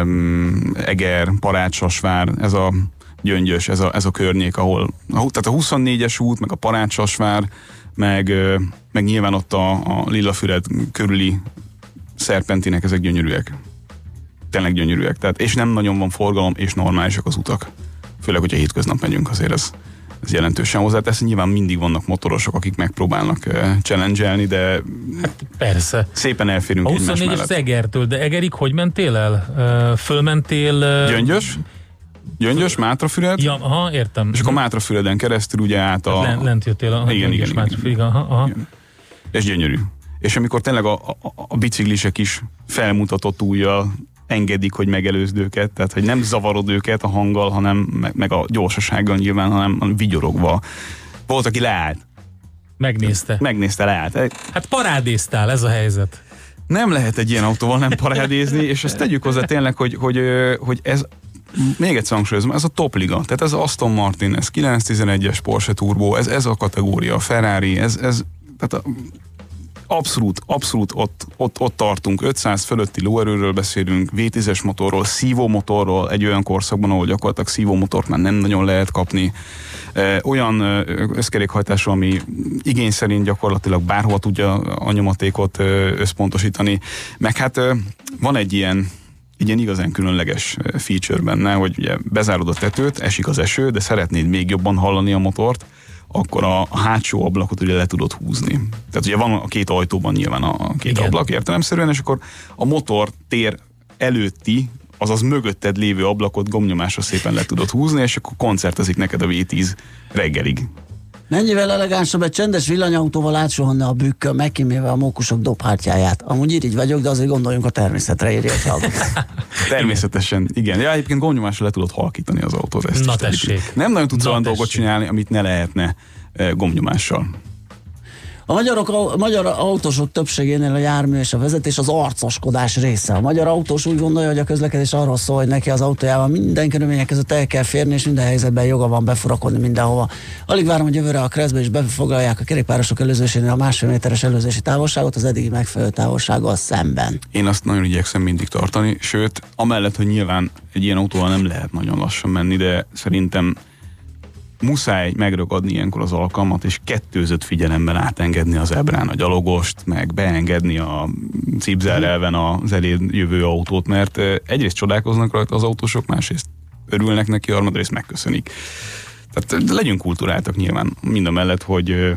Eger, Parácsasvár, ez a Gyöngyös, ez a környék, ahol tehát a 24-es út, meg a Parácsasvár, meg nyilván ott a Lilafüred körüli szerpentinek, ezek gyönyörűek. Tényleg gyönyörűek. Tehát, és nem nagyon van forgalom, és normálisak az utak. Főleg, hogyha hétköznap megyünk, azért ez jelentősen hozzátesz. Nyilván mindig vannak motorosok, akik megpróbálnak challenge-elni, de hát persze. Szépen elférünk egymás mellett. A 24-es Egertől, de Egerig hogy mentél el? Fölmentél? Gyöngyös, Mátrafüred. Ja, aha, értem. És akkor Mátrafüreden keresztül ugye át lent jöttél a... Igen. És gyönyörű. És amikor tényleg a biciklisek is felmutatott ujjal engedik, hogy megelőzd őket, tehát hogy nem zavarod őket a hanggal, hanem meg a gyorsasággal nyilván, hanem vigyorogva. Volt, aki leállt. Megnézte, leállt. Hát parádéztál, ez a helyzet. Nem lehet egy ilyen autóval nem parádézni, és ezt tegyük hozzá tényleg, hogy ez, még egyszer hangsúlyozom, ez a topliga, tehát ez Aston Martin, ez 911-es Porsche Turbo, ez a kategória, Ferrari, tehát abszolút ott tartunk. 500 fölötti lóerőről beszélünk, V10-es motorról, szívómotorról, egy olyan korszakban, ahol gyakorlatilag szívómotort már nem nagyon lehet kapni. Olyan összkerékhajtásról, ami igény szerint gyakorlatilag bárhova tudja a nyomatékot összpontosítani. Meg hát van egy ilyen igazán különleges feature benne, hogy ugye bezárod a tetőt, esik az eső, de szeretnéd még jobban hallani a motort, akkor a hátsó ablakot ugye le tudod húzni. Tehát ugye van a két ajtóban nyilván a két ablak értelemszerűen, és akkor a motor tér előtti, azaz mögötted lévő ablakot gombnyomásra szépen le tudod húzni, és akkor koncertezik neked a V10 reggelig. Mennyivel elegánsabb egy csendes villanyautóval átsuhanni a bükkön, megkímélve a mókusok dobhártyáját. Amúgy így vagyok, de azért gondoljunk a természetre, írja egy hallgató. Természetesen, igen. Ja, egyébként gombnyomásra le tudod halkítani az autót. Ezt na tessék. Nem nagyon tudsz olyan dolgot csinálni, amit ne lehetne gombnyomással. A magyar autósok többségénél a jármű és a vezetés az arcoskodás része. A magyar autós úgy gondolja, hogy a közlekedés arról szól, hogy neki az autójával minden körülmények között el kell férni, és minden helyzetben joga van befurakodni mindenhova. Alig várom, hogy jövőre a Creszbe is befoglalják a kerékpárosok előzésénél a 1,5 méteres előzési távolságot az eddigi megfelelő távolsággal szemben. Én azt nagyon igyekszem mindig tartani, sőt, amellett, hogy nyilván egy ilyen autóval nem lehet nagyon lassan menni, de szerintem muszáj megragadni ilyenkor az alkalmat, és kettőzött figyelemben átengedni az zebrán a gyalogost, meg beengedni a cipzárelven az elé jövő autót, mert egyrészt csodálkoznak rajta az autósok, másrészt örülnek neki, harmadrészt megköszönik. Tehát legyünk kulturáltak nyilván mindamellett, hogy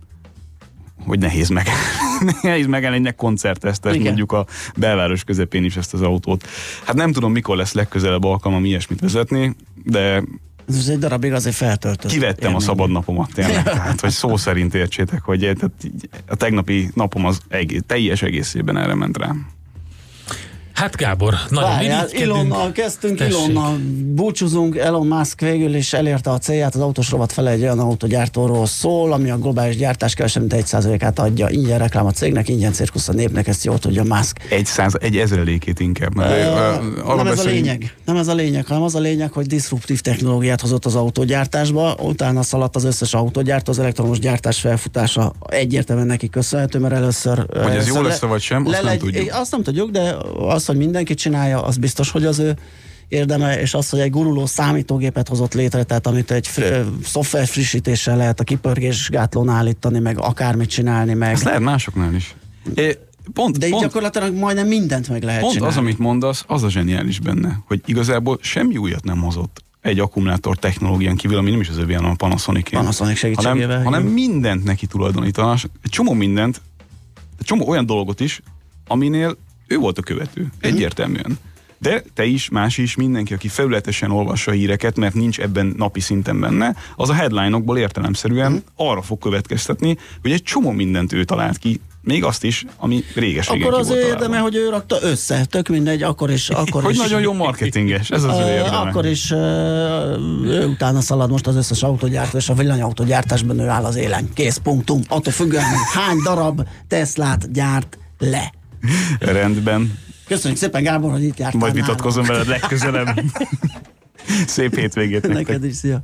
nehéz megállni, ne koncerteztes mondjuk a belváros közepén is ezt az autót. Hát nem tudom, mikor lesz legközelebb alkalmam ilyesmit vezetni, de ez egy darabig azért feltöltött. Kivettem a szabad napomat tényleg, tehát, hogy szó szerint értsétek, hogy a tegnapi napom az teljes egészében erre ment rám. Hát Gábor, nagyon irigykedünk. Ilonnal kezdtünk, Ilonnal búcsúzunk, Elon Musk végül is elérte a célját, az autós rovat fele egy olyan autógyártóról szól, ami a globális gyártás kevesebb mint 1%-át adja. Ingyen reklám a cégnek, ingyen cirkusz a népnek, ezt jól tudja Musk. 1/1000-ét inkább. Nem ez a lényeg, hanem az a lényeg, hogy diszruptív technológiát hozott az autógyártásba, utána szaladt az összes autógyártó, az elektromos gyártás felfutása egyértelműen neki köszönhető, mert először... Hogy ez jó lesz vagy sem, azt nem tudjuk. Azt nem tudjuk, de az, hogy mindenki csinálja, az biztos, hogy az ő érdeme, és az, hogy egy guruló számítógépet hozott létre, tehát amit egy szoftver frissítéssel lehet a kipörgésgátlón állítani, meg akármit csinálni, meg... Ez lehet másoknál is. De így gyakorlatilag majdnem mindent meg lehet csinálni. Az, amit mondasz, az a zseniális benne, hogy igazából semmi újat nem hozott egy akkumulátor technológián kívül, ami nem is az övé, hanem a Panasonic segítségével. Hanem mindent neki tulajdonítanak, egy csomó mindent, egy csomó olyan dolgot is, aminél ő volt a követő, egyértelműen. De te is, más is, mindenki, aki felületesen olvassa a híreket, mert nincs ebben napi szinten benne, az a headline-okból értelemszerűen arra fog következtetni, hogy egy csomó mindent ő talált ki, még azt is, ami réges-régen akkor ki az volt ő érdeme, hogy ő rakta össze, tök mindegy, akkor is. Hogy nagyon jó marketinges, ez az ő érdeme. Akkor is ő utána szalad most az összes autógyártó, és a villanyautógyártásban ő áll az élen. Kész, punktum. Attól függően, hány darab Teslát gyárt le. Rendben. Köszönjük szépen, Gábor, hogy itt jártál. Majd vitatkozom veled legközelebb. Szép hétvégét nektek. Neked is, szia.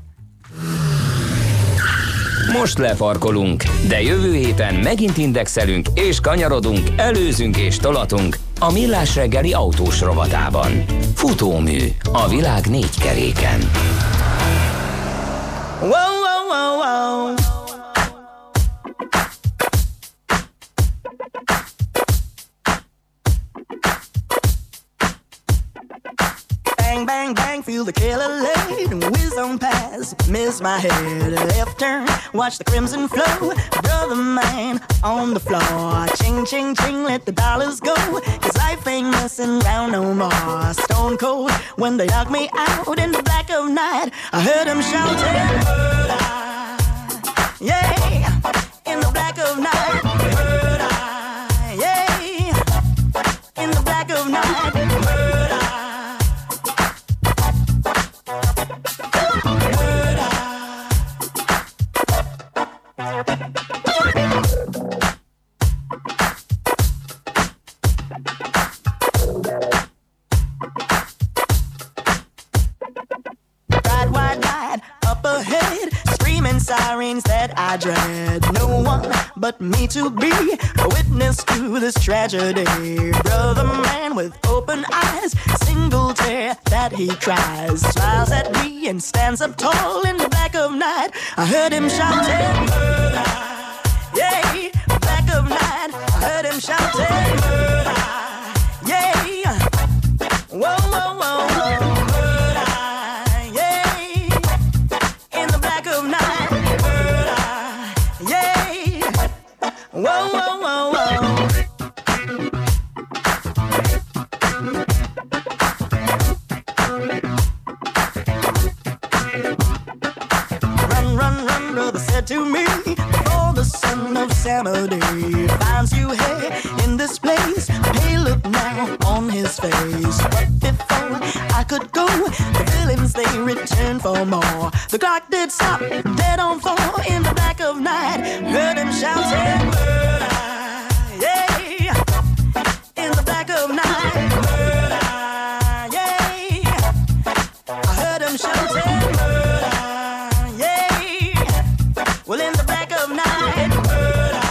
Most lefarkolunk, de jövő héten megint indexelünk és kanyarodunk, előzünk és tolatunk a Millás reggeli autós rovatában. Futómű a világ 4 keréken. Wow, wow, wow, wow. Bang, bang, bang, feel the killer laid and whiz on past, miss my head, left turn, watch the crimson flow, brother mine on the floor, ching, ching, ching, let the dollars go, cause life ain't messing around no more, stone cold, when they knock me out in the black of night, I heard them shouting, murder, yeah, in the black of night, murder, yeah, in the black of night, murder. Inside sirens that I dread. No one but me to be a witness to this tragedy. Brother man with open eyes, single tear that he cries, smiles at me and stands up tall in the black of night. I heard him shouting murder, yeah, black of night. I heard him shouting murder, yeah, whoa, whoa, whoa, whoa. Whoa, whoa, whoa, whoa. Run, run, run, brother said to me, before the son of Samadhi finds you here in this place. Pay look now on his face. But before I could go, the villains they returned for more. The clock did stop, dead on 4 in the black of night. Heard him shouting murder, yeah, in the black of night. Murder, yeah, I heard him shouting murder, yeah, well in the black of night. Murder,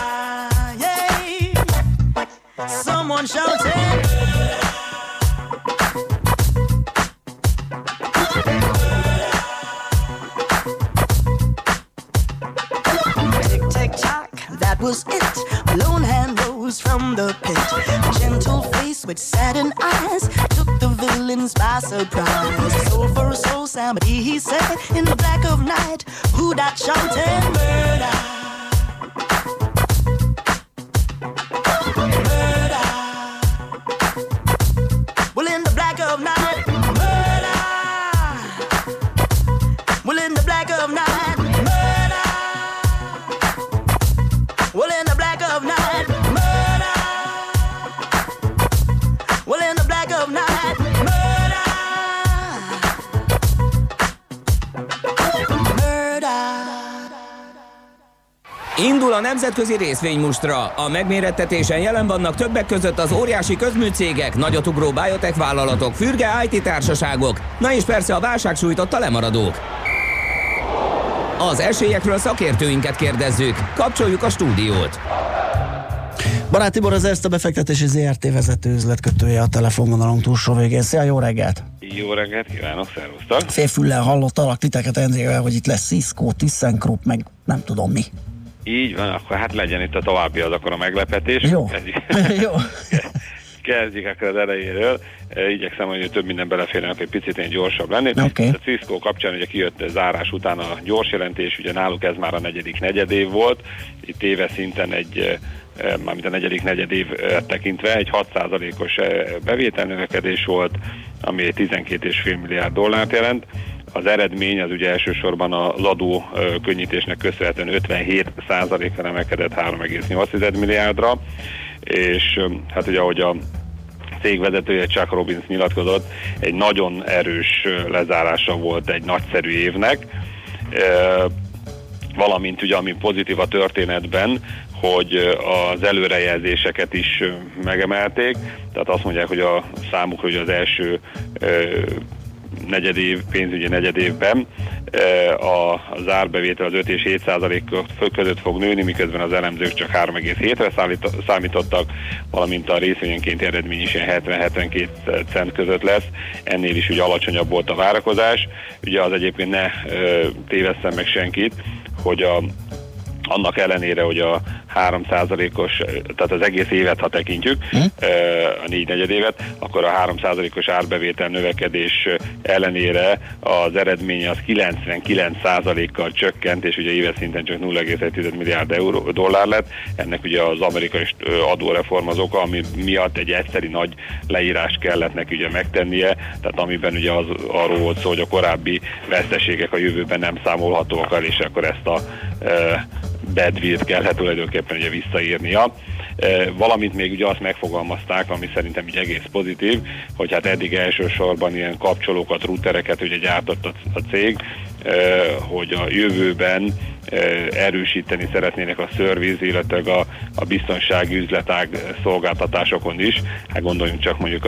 yeah, someone shouting murder. That was it. A lone hand rose from the pit. A gentle face with saddened eyes took the villains by surprise. Soul for a soul, somebody he said in the black of night. Who that shouted murder? Murder. Well, in the black of night, murder. Well, in the black of night, murder. Well, in the black of night, murder. Well, in the black of night, murder. Murder. Indul a nemzetközi részvénymustra. A megmérettetésen jelen vannak többek között az óriási közműcégek, nagyotugró biotech vállalatok, fürge IT társaságok, na és persze a válság sújtotta lemaradók. Az esélyekről szakértőinket kérdezzük. Kapcsoljuk a stúdiót. Barát Tibor az Erste befektetési ZRT vezető üzletkötője a telefonvonalunk túlsó végén. Szia, jó reggelt! Jó reggelt, kívánok, szervusztok! Félfüllel hallottalak titeket, Endrével, hogy itt lesz Cisco, ThyssenKrupp, meg nem tudom mi. Így van, akkor hát legyen itt a továbbiakon a meglepetés. Jó. Jó. Kezdjük akkor az elejéről. Igyekszem, hogy több minden beleférnek, hogy picit én gyorsabb lenni. Okay. A Cisco kapcsán ugye kijött zárás után a gyors jelentés, ugye náluk ez már a negyedik negyedév volt. Itt éves szinten mármint a negyedik negyedév tekintve egy 6%-os bevételnövekedés volt, ami 12,5 milliárd dollárt jelent. Az eredmény az ugye elsősorban a ladó könnyítésnek köszönhetően 57%-ra emelkedett 3,8 milliárdra, és hát ugye ahogy a cég vezetője Chuck Robbins nyilatkozott, egy nagyon erős lezárása volt egy nagyszerű évnek, valamint ugye ami pozitív a történetben, hogy az előrejelzéseket is megemelték, tehát azt mondják, hogy a számukra hogy az első pénzügyi negyedévben az árbevétel az 5 és 7% között fog nőni, miközben az elemzők csak 3,7-re számítottak, valamint a részvényenkénti eredmény is ilyen 70-72 cent között lesz, ennél is ugye alacsonyabb volt a várakozás. Ugye az egyébként ne tévesszem meg senkit, hogy annak ellenére, hogy a 3%-os, tehát az egész évet, ha tekintjük, a 4 évet, akkor a 3%-os árbevétel növekedés ellenére az eredménye az 99%-kal csökkent, és ugye éves szinten csak 0,1 milliárd dollár lett. Ennek ugye az amerikai adóreform az oka, ami miatt egy egyszeri nagy leírást kellett neki ugye megtennie, tehát amiben ugye arról volt szó, hogy a korábbi veszteségek a jövőben nem számolhatóak el, és akkor ezt a badwill-t kellett tulajdonképpen ugye visszaírnia. Valamint még ugye azt megfogalmazták, ami szerintem így egész pozitív, hogy hát eddig elsősorban ilyen kapcsolókat, routereket ugye gyártott a cég, hogy a jövőben erősíteni szeretnének a service, illetve a biztonsági üzletág szolgáltatásokon is. Hát gondoljunk csak mondjuk a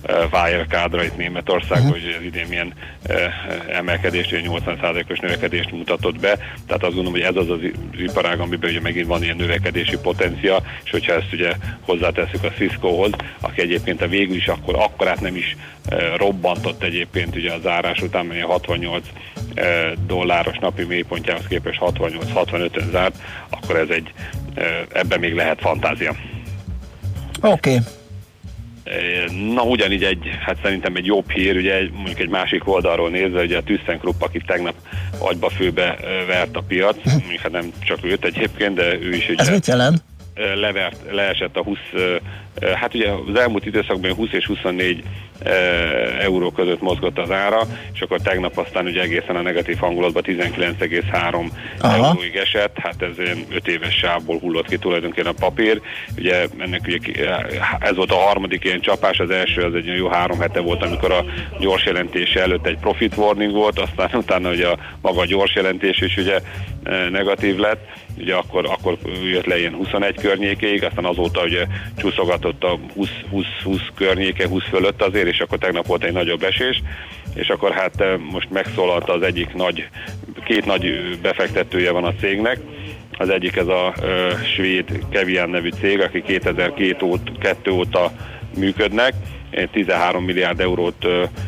Wirecardra itt Németországban, hogy ez idén milyen emelkedést, 80%-os növekedést mutatott be. Tehát azt gondolom, hogy ez az az iparág, amiben ugye megint van ilyen növekedési potencia, és hogyha ezt ugye hozzátesszük a Ciscohoz, aki egyébként a végül is akkorát nem is robbantott egyébként ugye a zárás után, mert $68 napi mélypontjához képest 68-65-ön zárt, akkor ez ebben még lehet fantázia. Oké. Na ugyanígy hát szerintem egy jobb hír, ugye mondjuk egy másik oldalról nézve, ugye a ThyssenKrupp, aki tegnap agyba főbe vert a piac, mondjuk hát nem csak őt egyébként, de ő is ugye... Ez mit jelent? Leesett a 20, hát ugye az elmúlt időszakban 20 és 24 euró között mozgott az ára, és akkor tegnap aztán ugye egészen a negatív hangulatban 19,3 euróig esett, hát ez 5 éves sávból hullott ki tulajdonképpen a papír, ugye ennek ugye ez volt a harmadik ilyen csapás, az első az egy jó 3 hete volt, amikor a gyors jelentése előtt egy profit warning volt, aztán utána ugye maga a gyors jelentés is ugye negatív lett, ugye akkor jött le ilyen 21 környékéig, aztán azóta ugye csúszogatott a 20 környéke, 20 fölött azért, és akkor tegnap volt egy nagyobb esés, és akkor hát most megszólalt az egyik két nagy befektetője van a cégnek, az egyik ez a svéd Kevian nevű cég, aki 2002 óta működnek, 13 milliárd eurót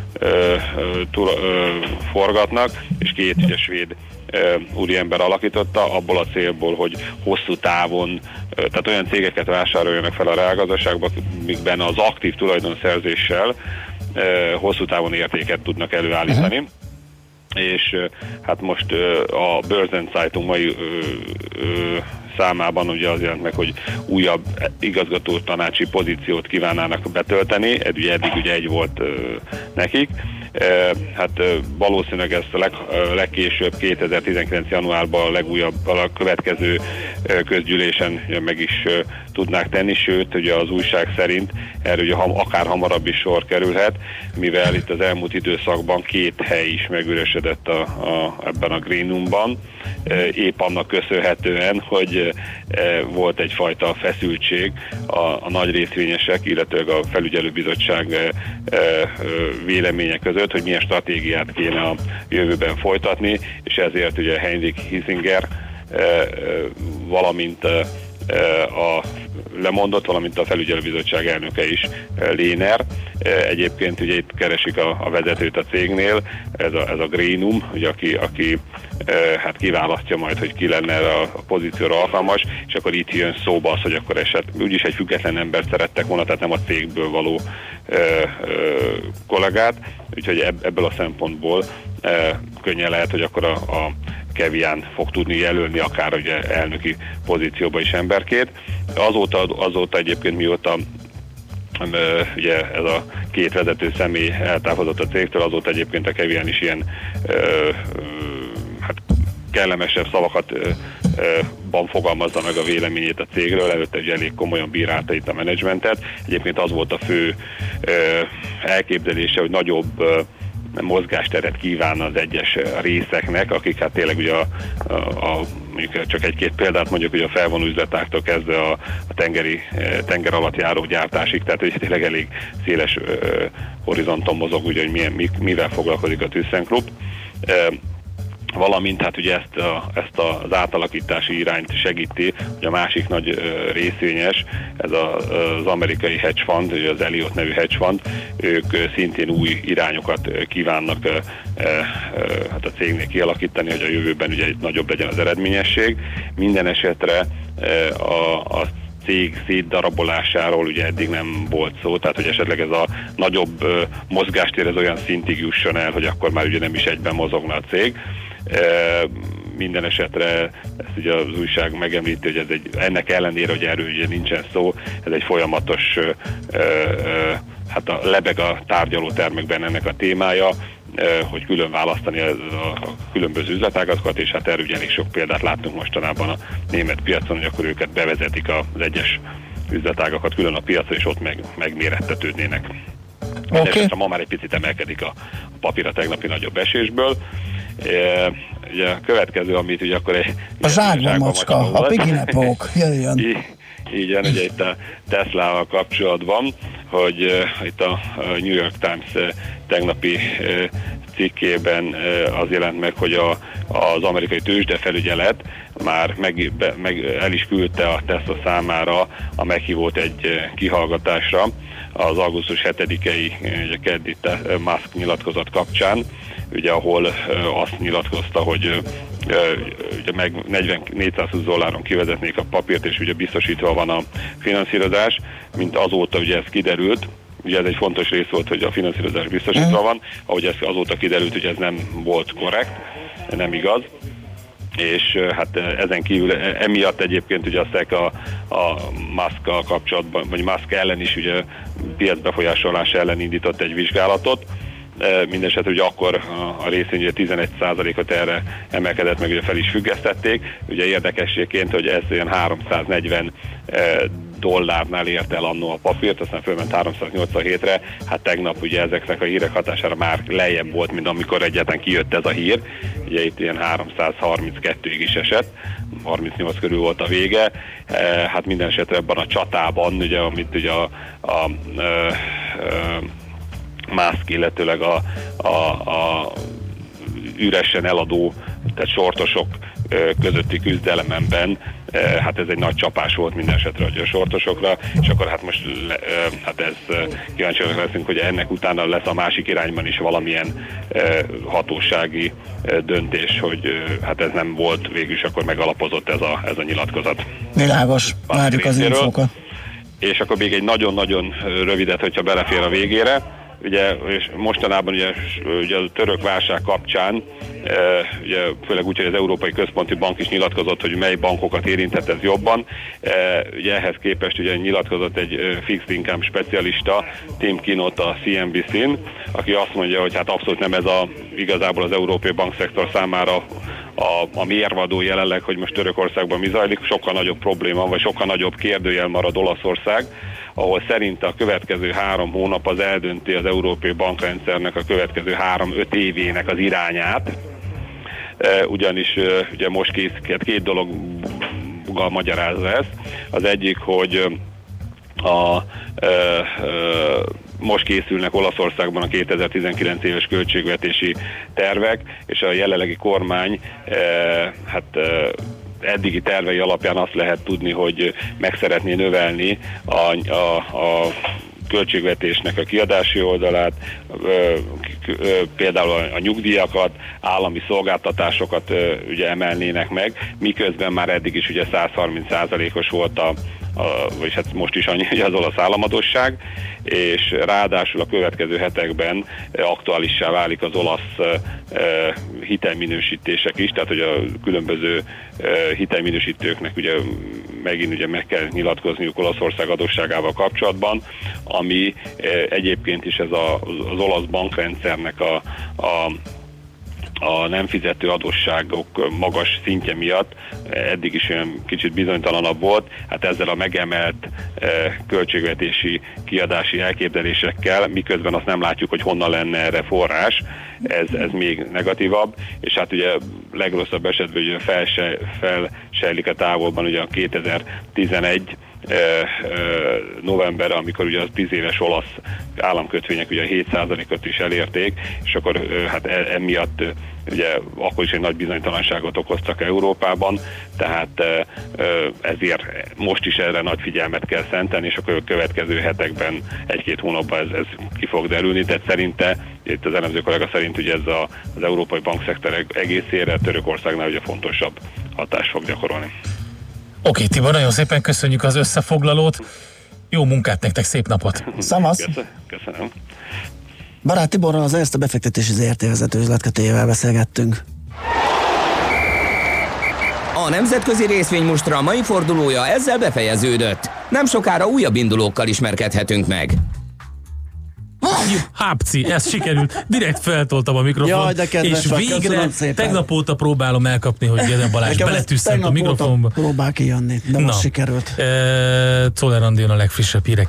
forgatnak, és két ugye svéd úriember alakította, abból a célból, hogy hosszú távon, tehát olyan cégeket vásároljanak fel a reálgazdaságban, mikben az aktív tulajdonszerzéssel hosszú távon értéket tudnak előállítani. És hát most a Börsen-Zeitung mai számában ugye az jelent meg, hogy újabb igazgató tanácsi pozíciót kívánnának betölteni, eddig ugye egy volt nekik. Hát valószínűleg ezt a legkésőbb 2019. januárban a következő közgyűlésen meg is tudnák tenni, sőt ugye az újság szerint erre ugye akár hamarabb is sor kerülhet, mivel itt az elmúlt időszakban 2 hely is megüresedett ebben a Green Roomban, épp annak köszönhetően, hogy volt egyfajta feszültség a nagy részvényesek, illetve a felügyelőbizottság véleménye között, hogy milyen stratégiát kéne a jövőben folytatni, és ezért ugye Heinrich Hiesinger valamint lemondott, valamint a felügyelőbizottság elnöke is, Lehner. Egyébként ugye itt keresik a vezetőt a cégnél, ez a Greenum, ugye, aki hát kiválasztja majd, hogy ki lenne a pozícióra alkalmas, és akkor itt jön szóba az, hogy akkor úgyis egy független embert szerettek volna, tehát nem a cégből való kollégát, úgyhogy ebből a szempontból könnyen lehet, hogy akkor a Kevian fog tudni jelölni akár ugye elnöki pozícióba is emberkét. Azóta egyébként mióta ugye ez a 2 vezető személy eltávozott a cégtől, azóta egyébként a Kevian is ilyen hát kellemesebb szavakat fogalmazza meg a véleményét a cégről, előtte ugye elég komolyan bírálta itt a menedzsmentet. Egyébként az volt a fő elképzelése, hogy nagyobb mozgásteret kíván az egyes részeknek, akik hát tényleg ugye mondjuk csak egy-két példát mondjuk, hogy a felvonó üzletáktól kezdve a tenger alatt járó gyártásig, tehát hogy tényleg elég széles horizonton mozog, ugye, hogy mivel foglalkozik a ThyssenKrupp. Valamint hát ugye ezt az átalakítási irányt segíti, hogy a másik nagy részvényes, ez az amerikai hedge fund, ugye az Elliott nevű hedge fund, ők szintén új irányokat kívánnak hát a cégnél kialakítani, hogy a jövőben ugye nagyobb legyen az eredményesség. Minden esetre a cég szétdarabolásáról ugye eddig nem volt szó, tehát hogy esetleg ez a nagyobb mozgástér ez olyan szintig jusson el, hogy akkor már ugye nem is egyben mozogna a cég. Minden esetre ezt ugye az újság megemlíti, hogy ennek ellenére, hogy erről ugye nincsen szó, ez egy folyamatos hát lebeg a tárgyalótermekben ennek a témája, hogy külön választani a különböző üzletágakat, és hát erről ugye elég sok példát láttunk mostanában a német piacon, hogy akkor őket bevezetik az egyes üzletágakat külön a piacra, és ott megmérettetődnének. Okay. Ma már egy picit emelkedik a papír a tegnapi nagyobb esésből. Ugye a következő, amit ugye akkor a zsákba macska, a piginepók, jöjjön. Így van, ugye itt a Teslával kapcsolatban. hogy itt a New York Times tegnapi cikkében az jelent meg, hogy az amerikai tőzsdefelügyelet már el is küldte a Tesla számára a meghívót egy kihallgatásra az augusztus 7-i keddi Musk nyilatkozat kapcsán, ugye, ahol azt nyilatkozta, hogy ugye meg $420 kivezetnék a papírt, és ugye biztosítva van a finanszírozás, mint azóta ugye ez kiderült. Ugye ez egy fontos rész volt, hogy a finanszírozás biztosítva van, ahogy ez azóta kiderült, hogy ez nem volt korrekt, nem igaz. És hát ezen kívül emiatt egyébként ugye a SEC a Muskkal kapcsolatban, vagy Musk ellen is ugye piacbefolyásolás ellen indított egy vizsgálatot. Mindenesetre ugye akkor a részvény ugye 11%-ot erre emelkedett, meg ugye fel is függesztették. Ugye érdekességként, hogy ez olyan $340 érte el annó a papírt, aztán fölment 387-re, hát tegnap ugye ezeknek a hírek hatására már lejjebb volt, mint amikor egyáltalán kijött ez a hír. Ugye itt ilyen 332-ig is esett, 38 körül volt a vége. Hát minden esetre ebben a csatában, ugye, amit ugye a Musk, illetőleg a üresen eladó, tehát sortosok közötti küzdelemben, hát ez egy nagy csapás volt minden esetre a sortosokra, és akkor hát most hát ez kíváncsiak leszünk, hogy ennek utána lesz a másik irányban is valamilyen hatósági döntés, hogy hát ez nem volt végül is, akkor megalapozott ez a nyilatkozat. Világos, várjuk az infókat. És akkor még egy nagyon-nagyon rövidet, hogyha belefér a végére. Ugye, és mostanában ugye a török válság kapcsán, ugye, főleg úgy, hogy az Európai Központi Bank is nyilatkozott, hogy mely bankokat érintett ez jobban. Ugye ehhez képest ugye nyilatkozott egy fixed income specialista, Tim Kinot a CNBC-n, aki azt mondja, hogy hát abszolút nem ez igazából az európai bankszektor számára a mérvadó jelenleg, hogy most Törökországban mi zajlik, sokkal nagyobb probléma, vagy sokkal nagyobb kérdőjel marad Olaszország, ahol szerint a következő 3 hónap az eldönti az európai bankrendszernek a következő 3-5 évének az irányát. Ugyanis ugye most két dologgal magyarázza ezt. Az egyik, hogy most készülnek Olaszországban a 2019 éves költségvetési tervek, és a jelenlegi kormány eddigi tervei alapján azt lehet tudni, hogy meg szeretné növelni a költségvetésnek a kiadási oldalát, például a nyugdíjakat, állami szolgáltatásokat ugye emelnének meg, miközben már eddig is ugye 130%-os volt vagyis hát most is annyi az olasz államadosság, és ráadásul a következő hetekben aktuálissá válik az olasz hitelminősítések is, tehát hogy a különböző hitelminősítőknek ugye megint ugye meg kell nyilatkozniuk Olaszország adósságával kapcsolatban, ami egyébként is ez az olasz bankrendszernek a nem fizető adósságok magas szintje miatt eddig is olyan kicsit bizonytalanabb volt, hát ezzel a megemelt költségvetési kiadási elképzelésekkel, miközben azt nem látjuk, hogy honnan lenne erre forrás, ez még negatívabb, és hát ugye legrosszabb esetben ugye felsejlik a távolban ugye a 2011 novemberre, amikor ugye az 10 éves olasz államkötvények ugye 7%-ot is elérték, és akkor hát emiatt ugye akkor is egy nagy bizonytalanságot okoztak Európában, tehát ezért most is erre nagy figyelmet kell szentelni, és akkor a következő hetekben, 1-2 hónapban ez ki fog derülni, tehát szerinte, itt az elemző kollega szerint ugye ez az európai bankszektor egészére Törökországnál ugye fontosabb hatást fog gyakorolni. Oké, Tibor, nagyon szépen köszönjük az összefoglalót. Jó munkát nektek, szép napot! Szamasz! Köszönöm. Barát Tiborral, az Erste befektetési ZRT vezető üzletkötőjével beszélgettünk. A nemzetközi részvénymustra mai fordulója ezzel befejeződött. Nem sokára újabb indulókkal ismerkedhetünk meg. Hápci, ez sikerült. Direkt feltoltam a mikrofont, és végre tegnap óta próbálom elkapni, hogy Gede Balázs beletűszent a mikrofonba. Próbál kijönni, de most sikerült. Czoller Andi a legfrissebb hírek.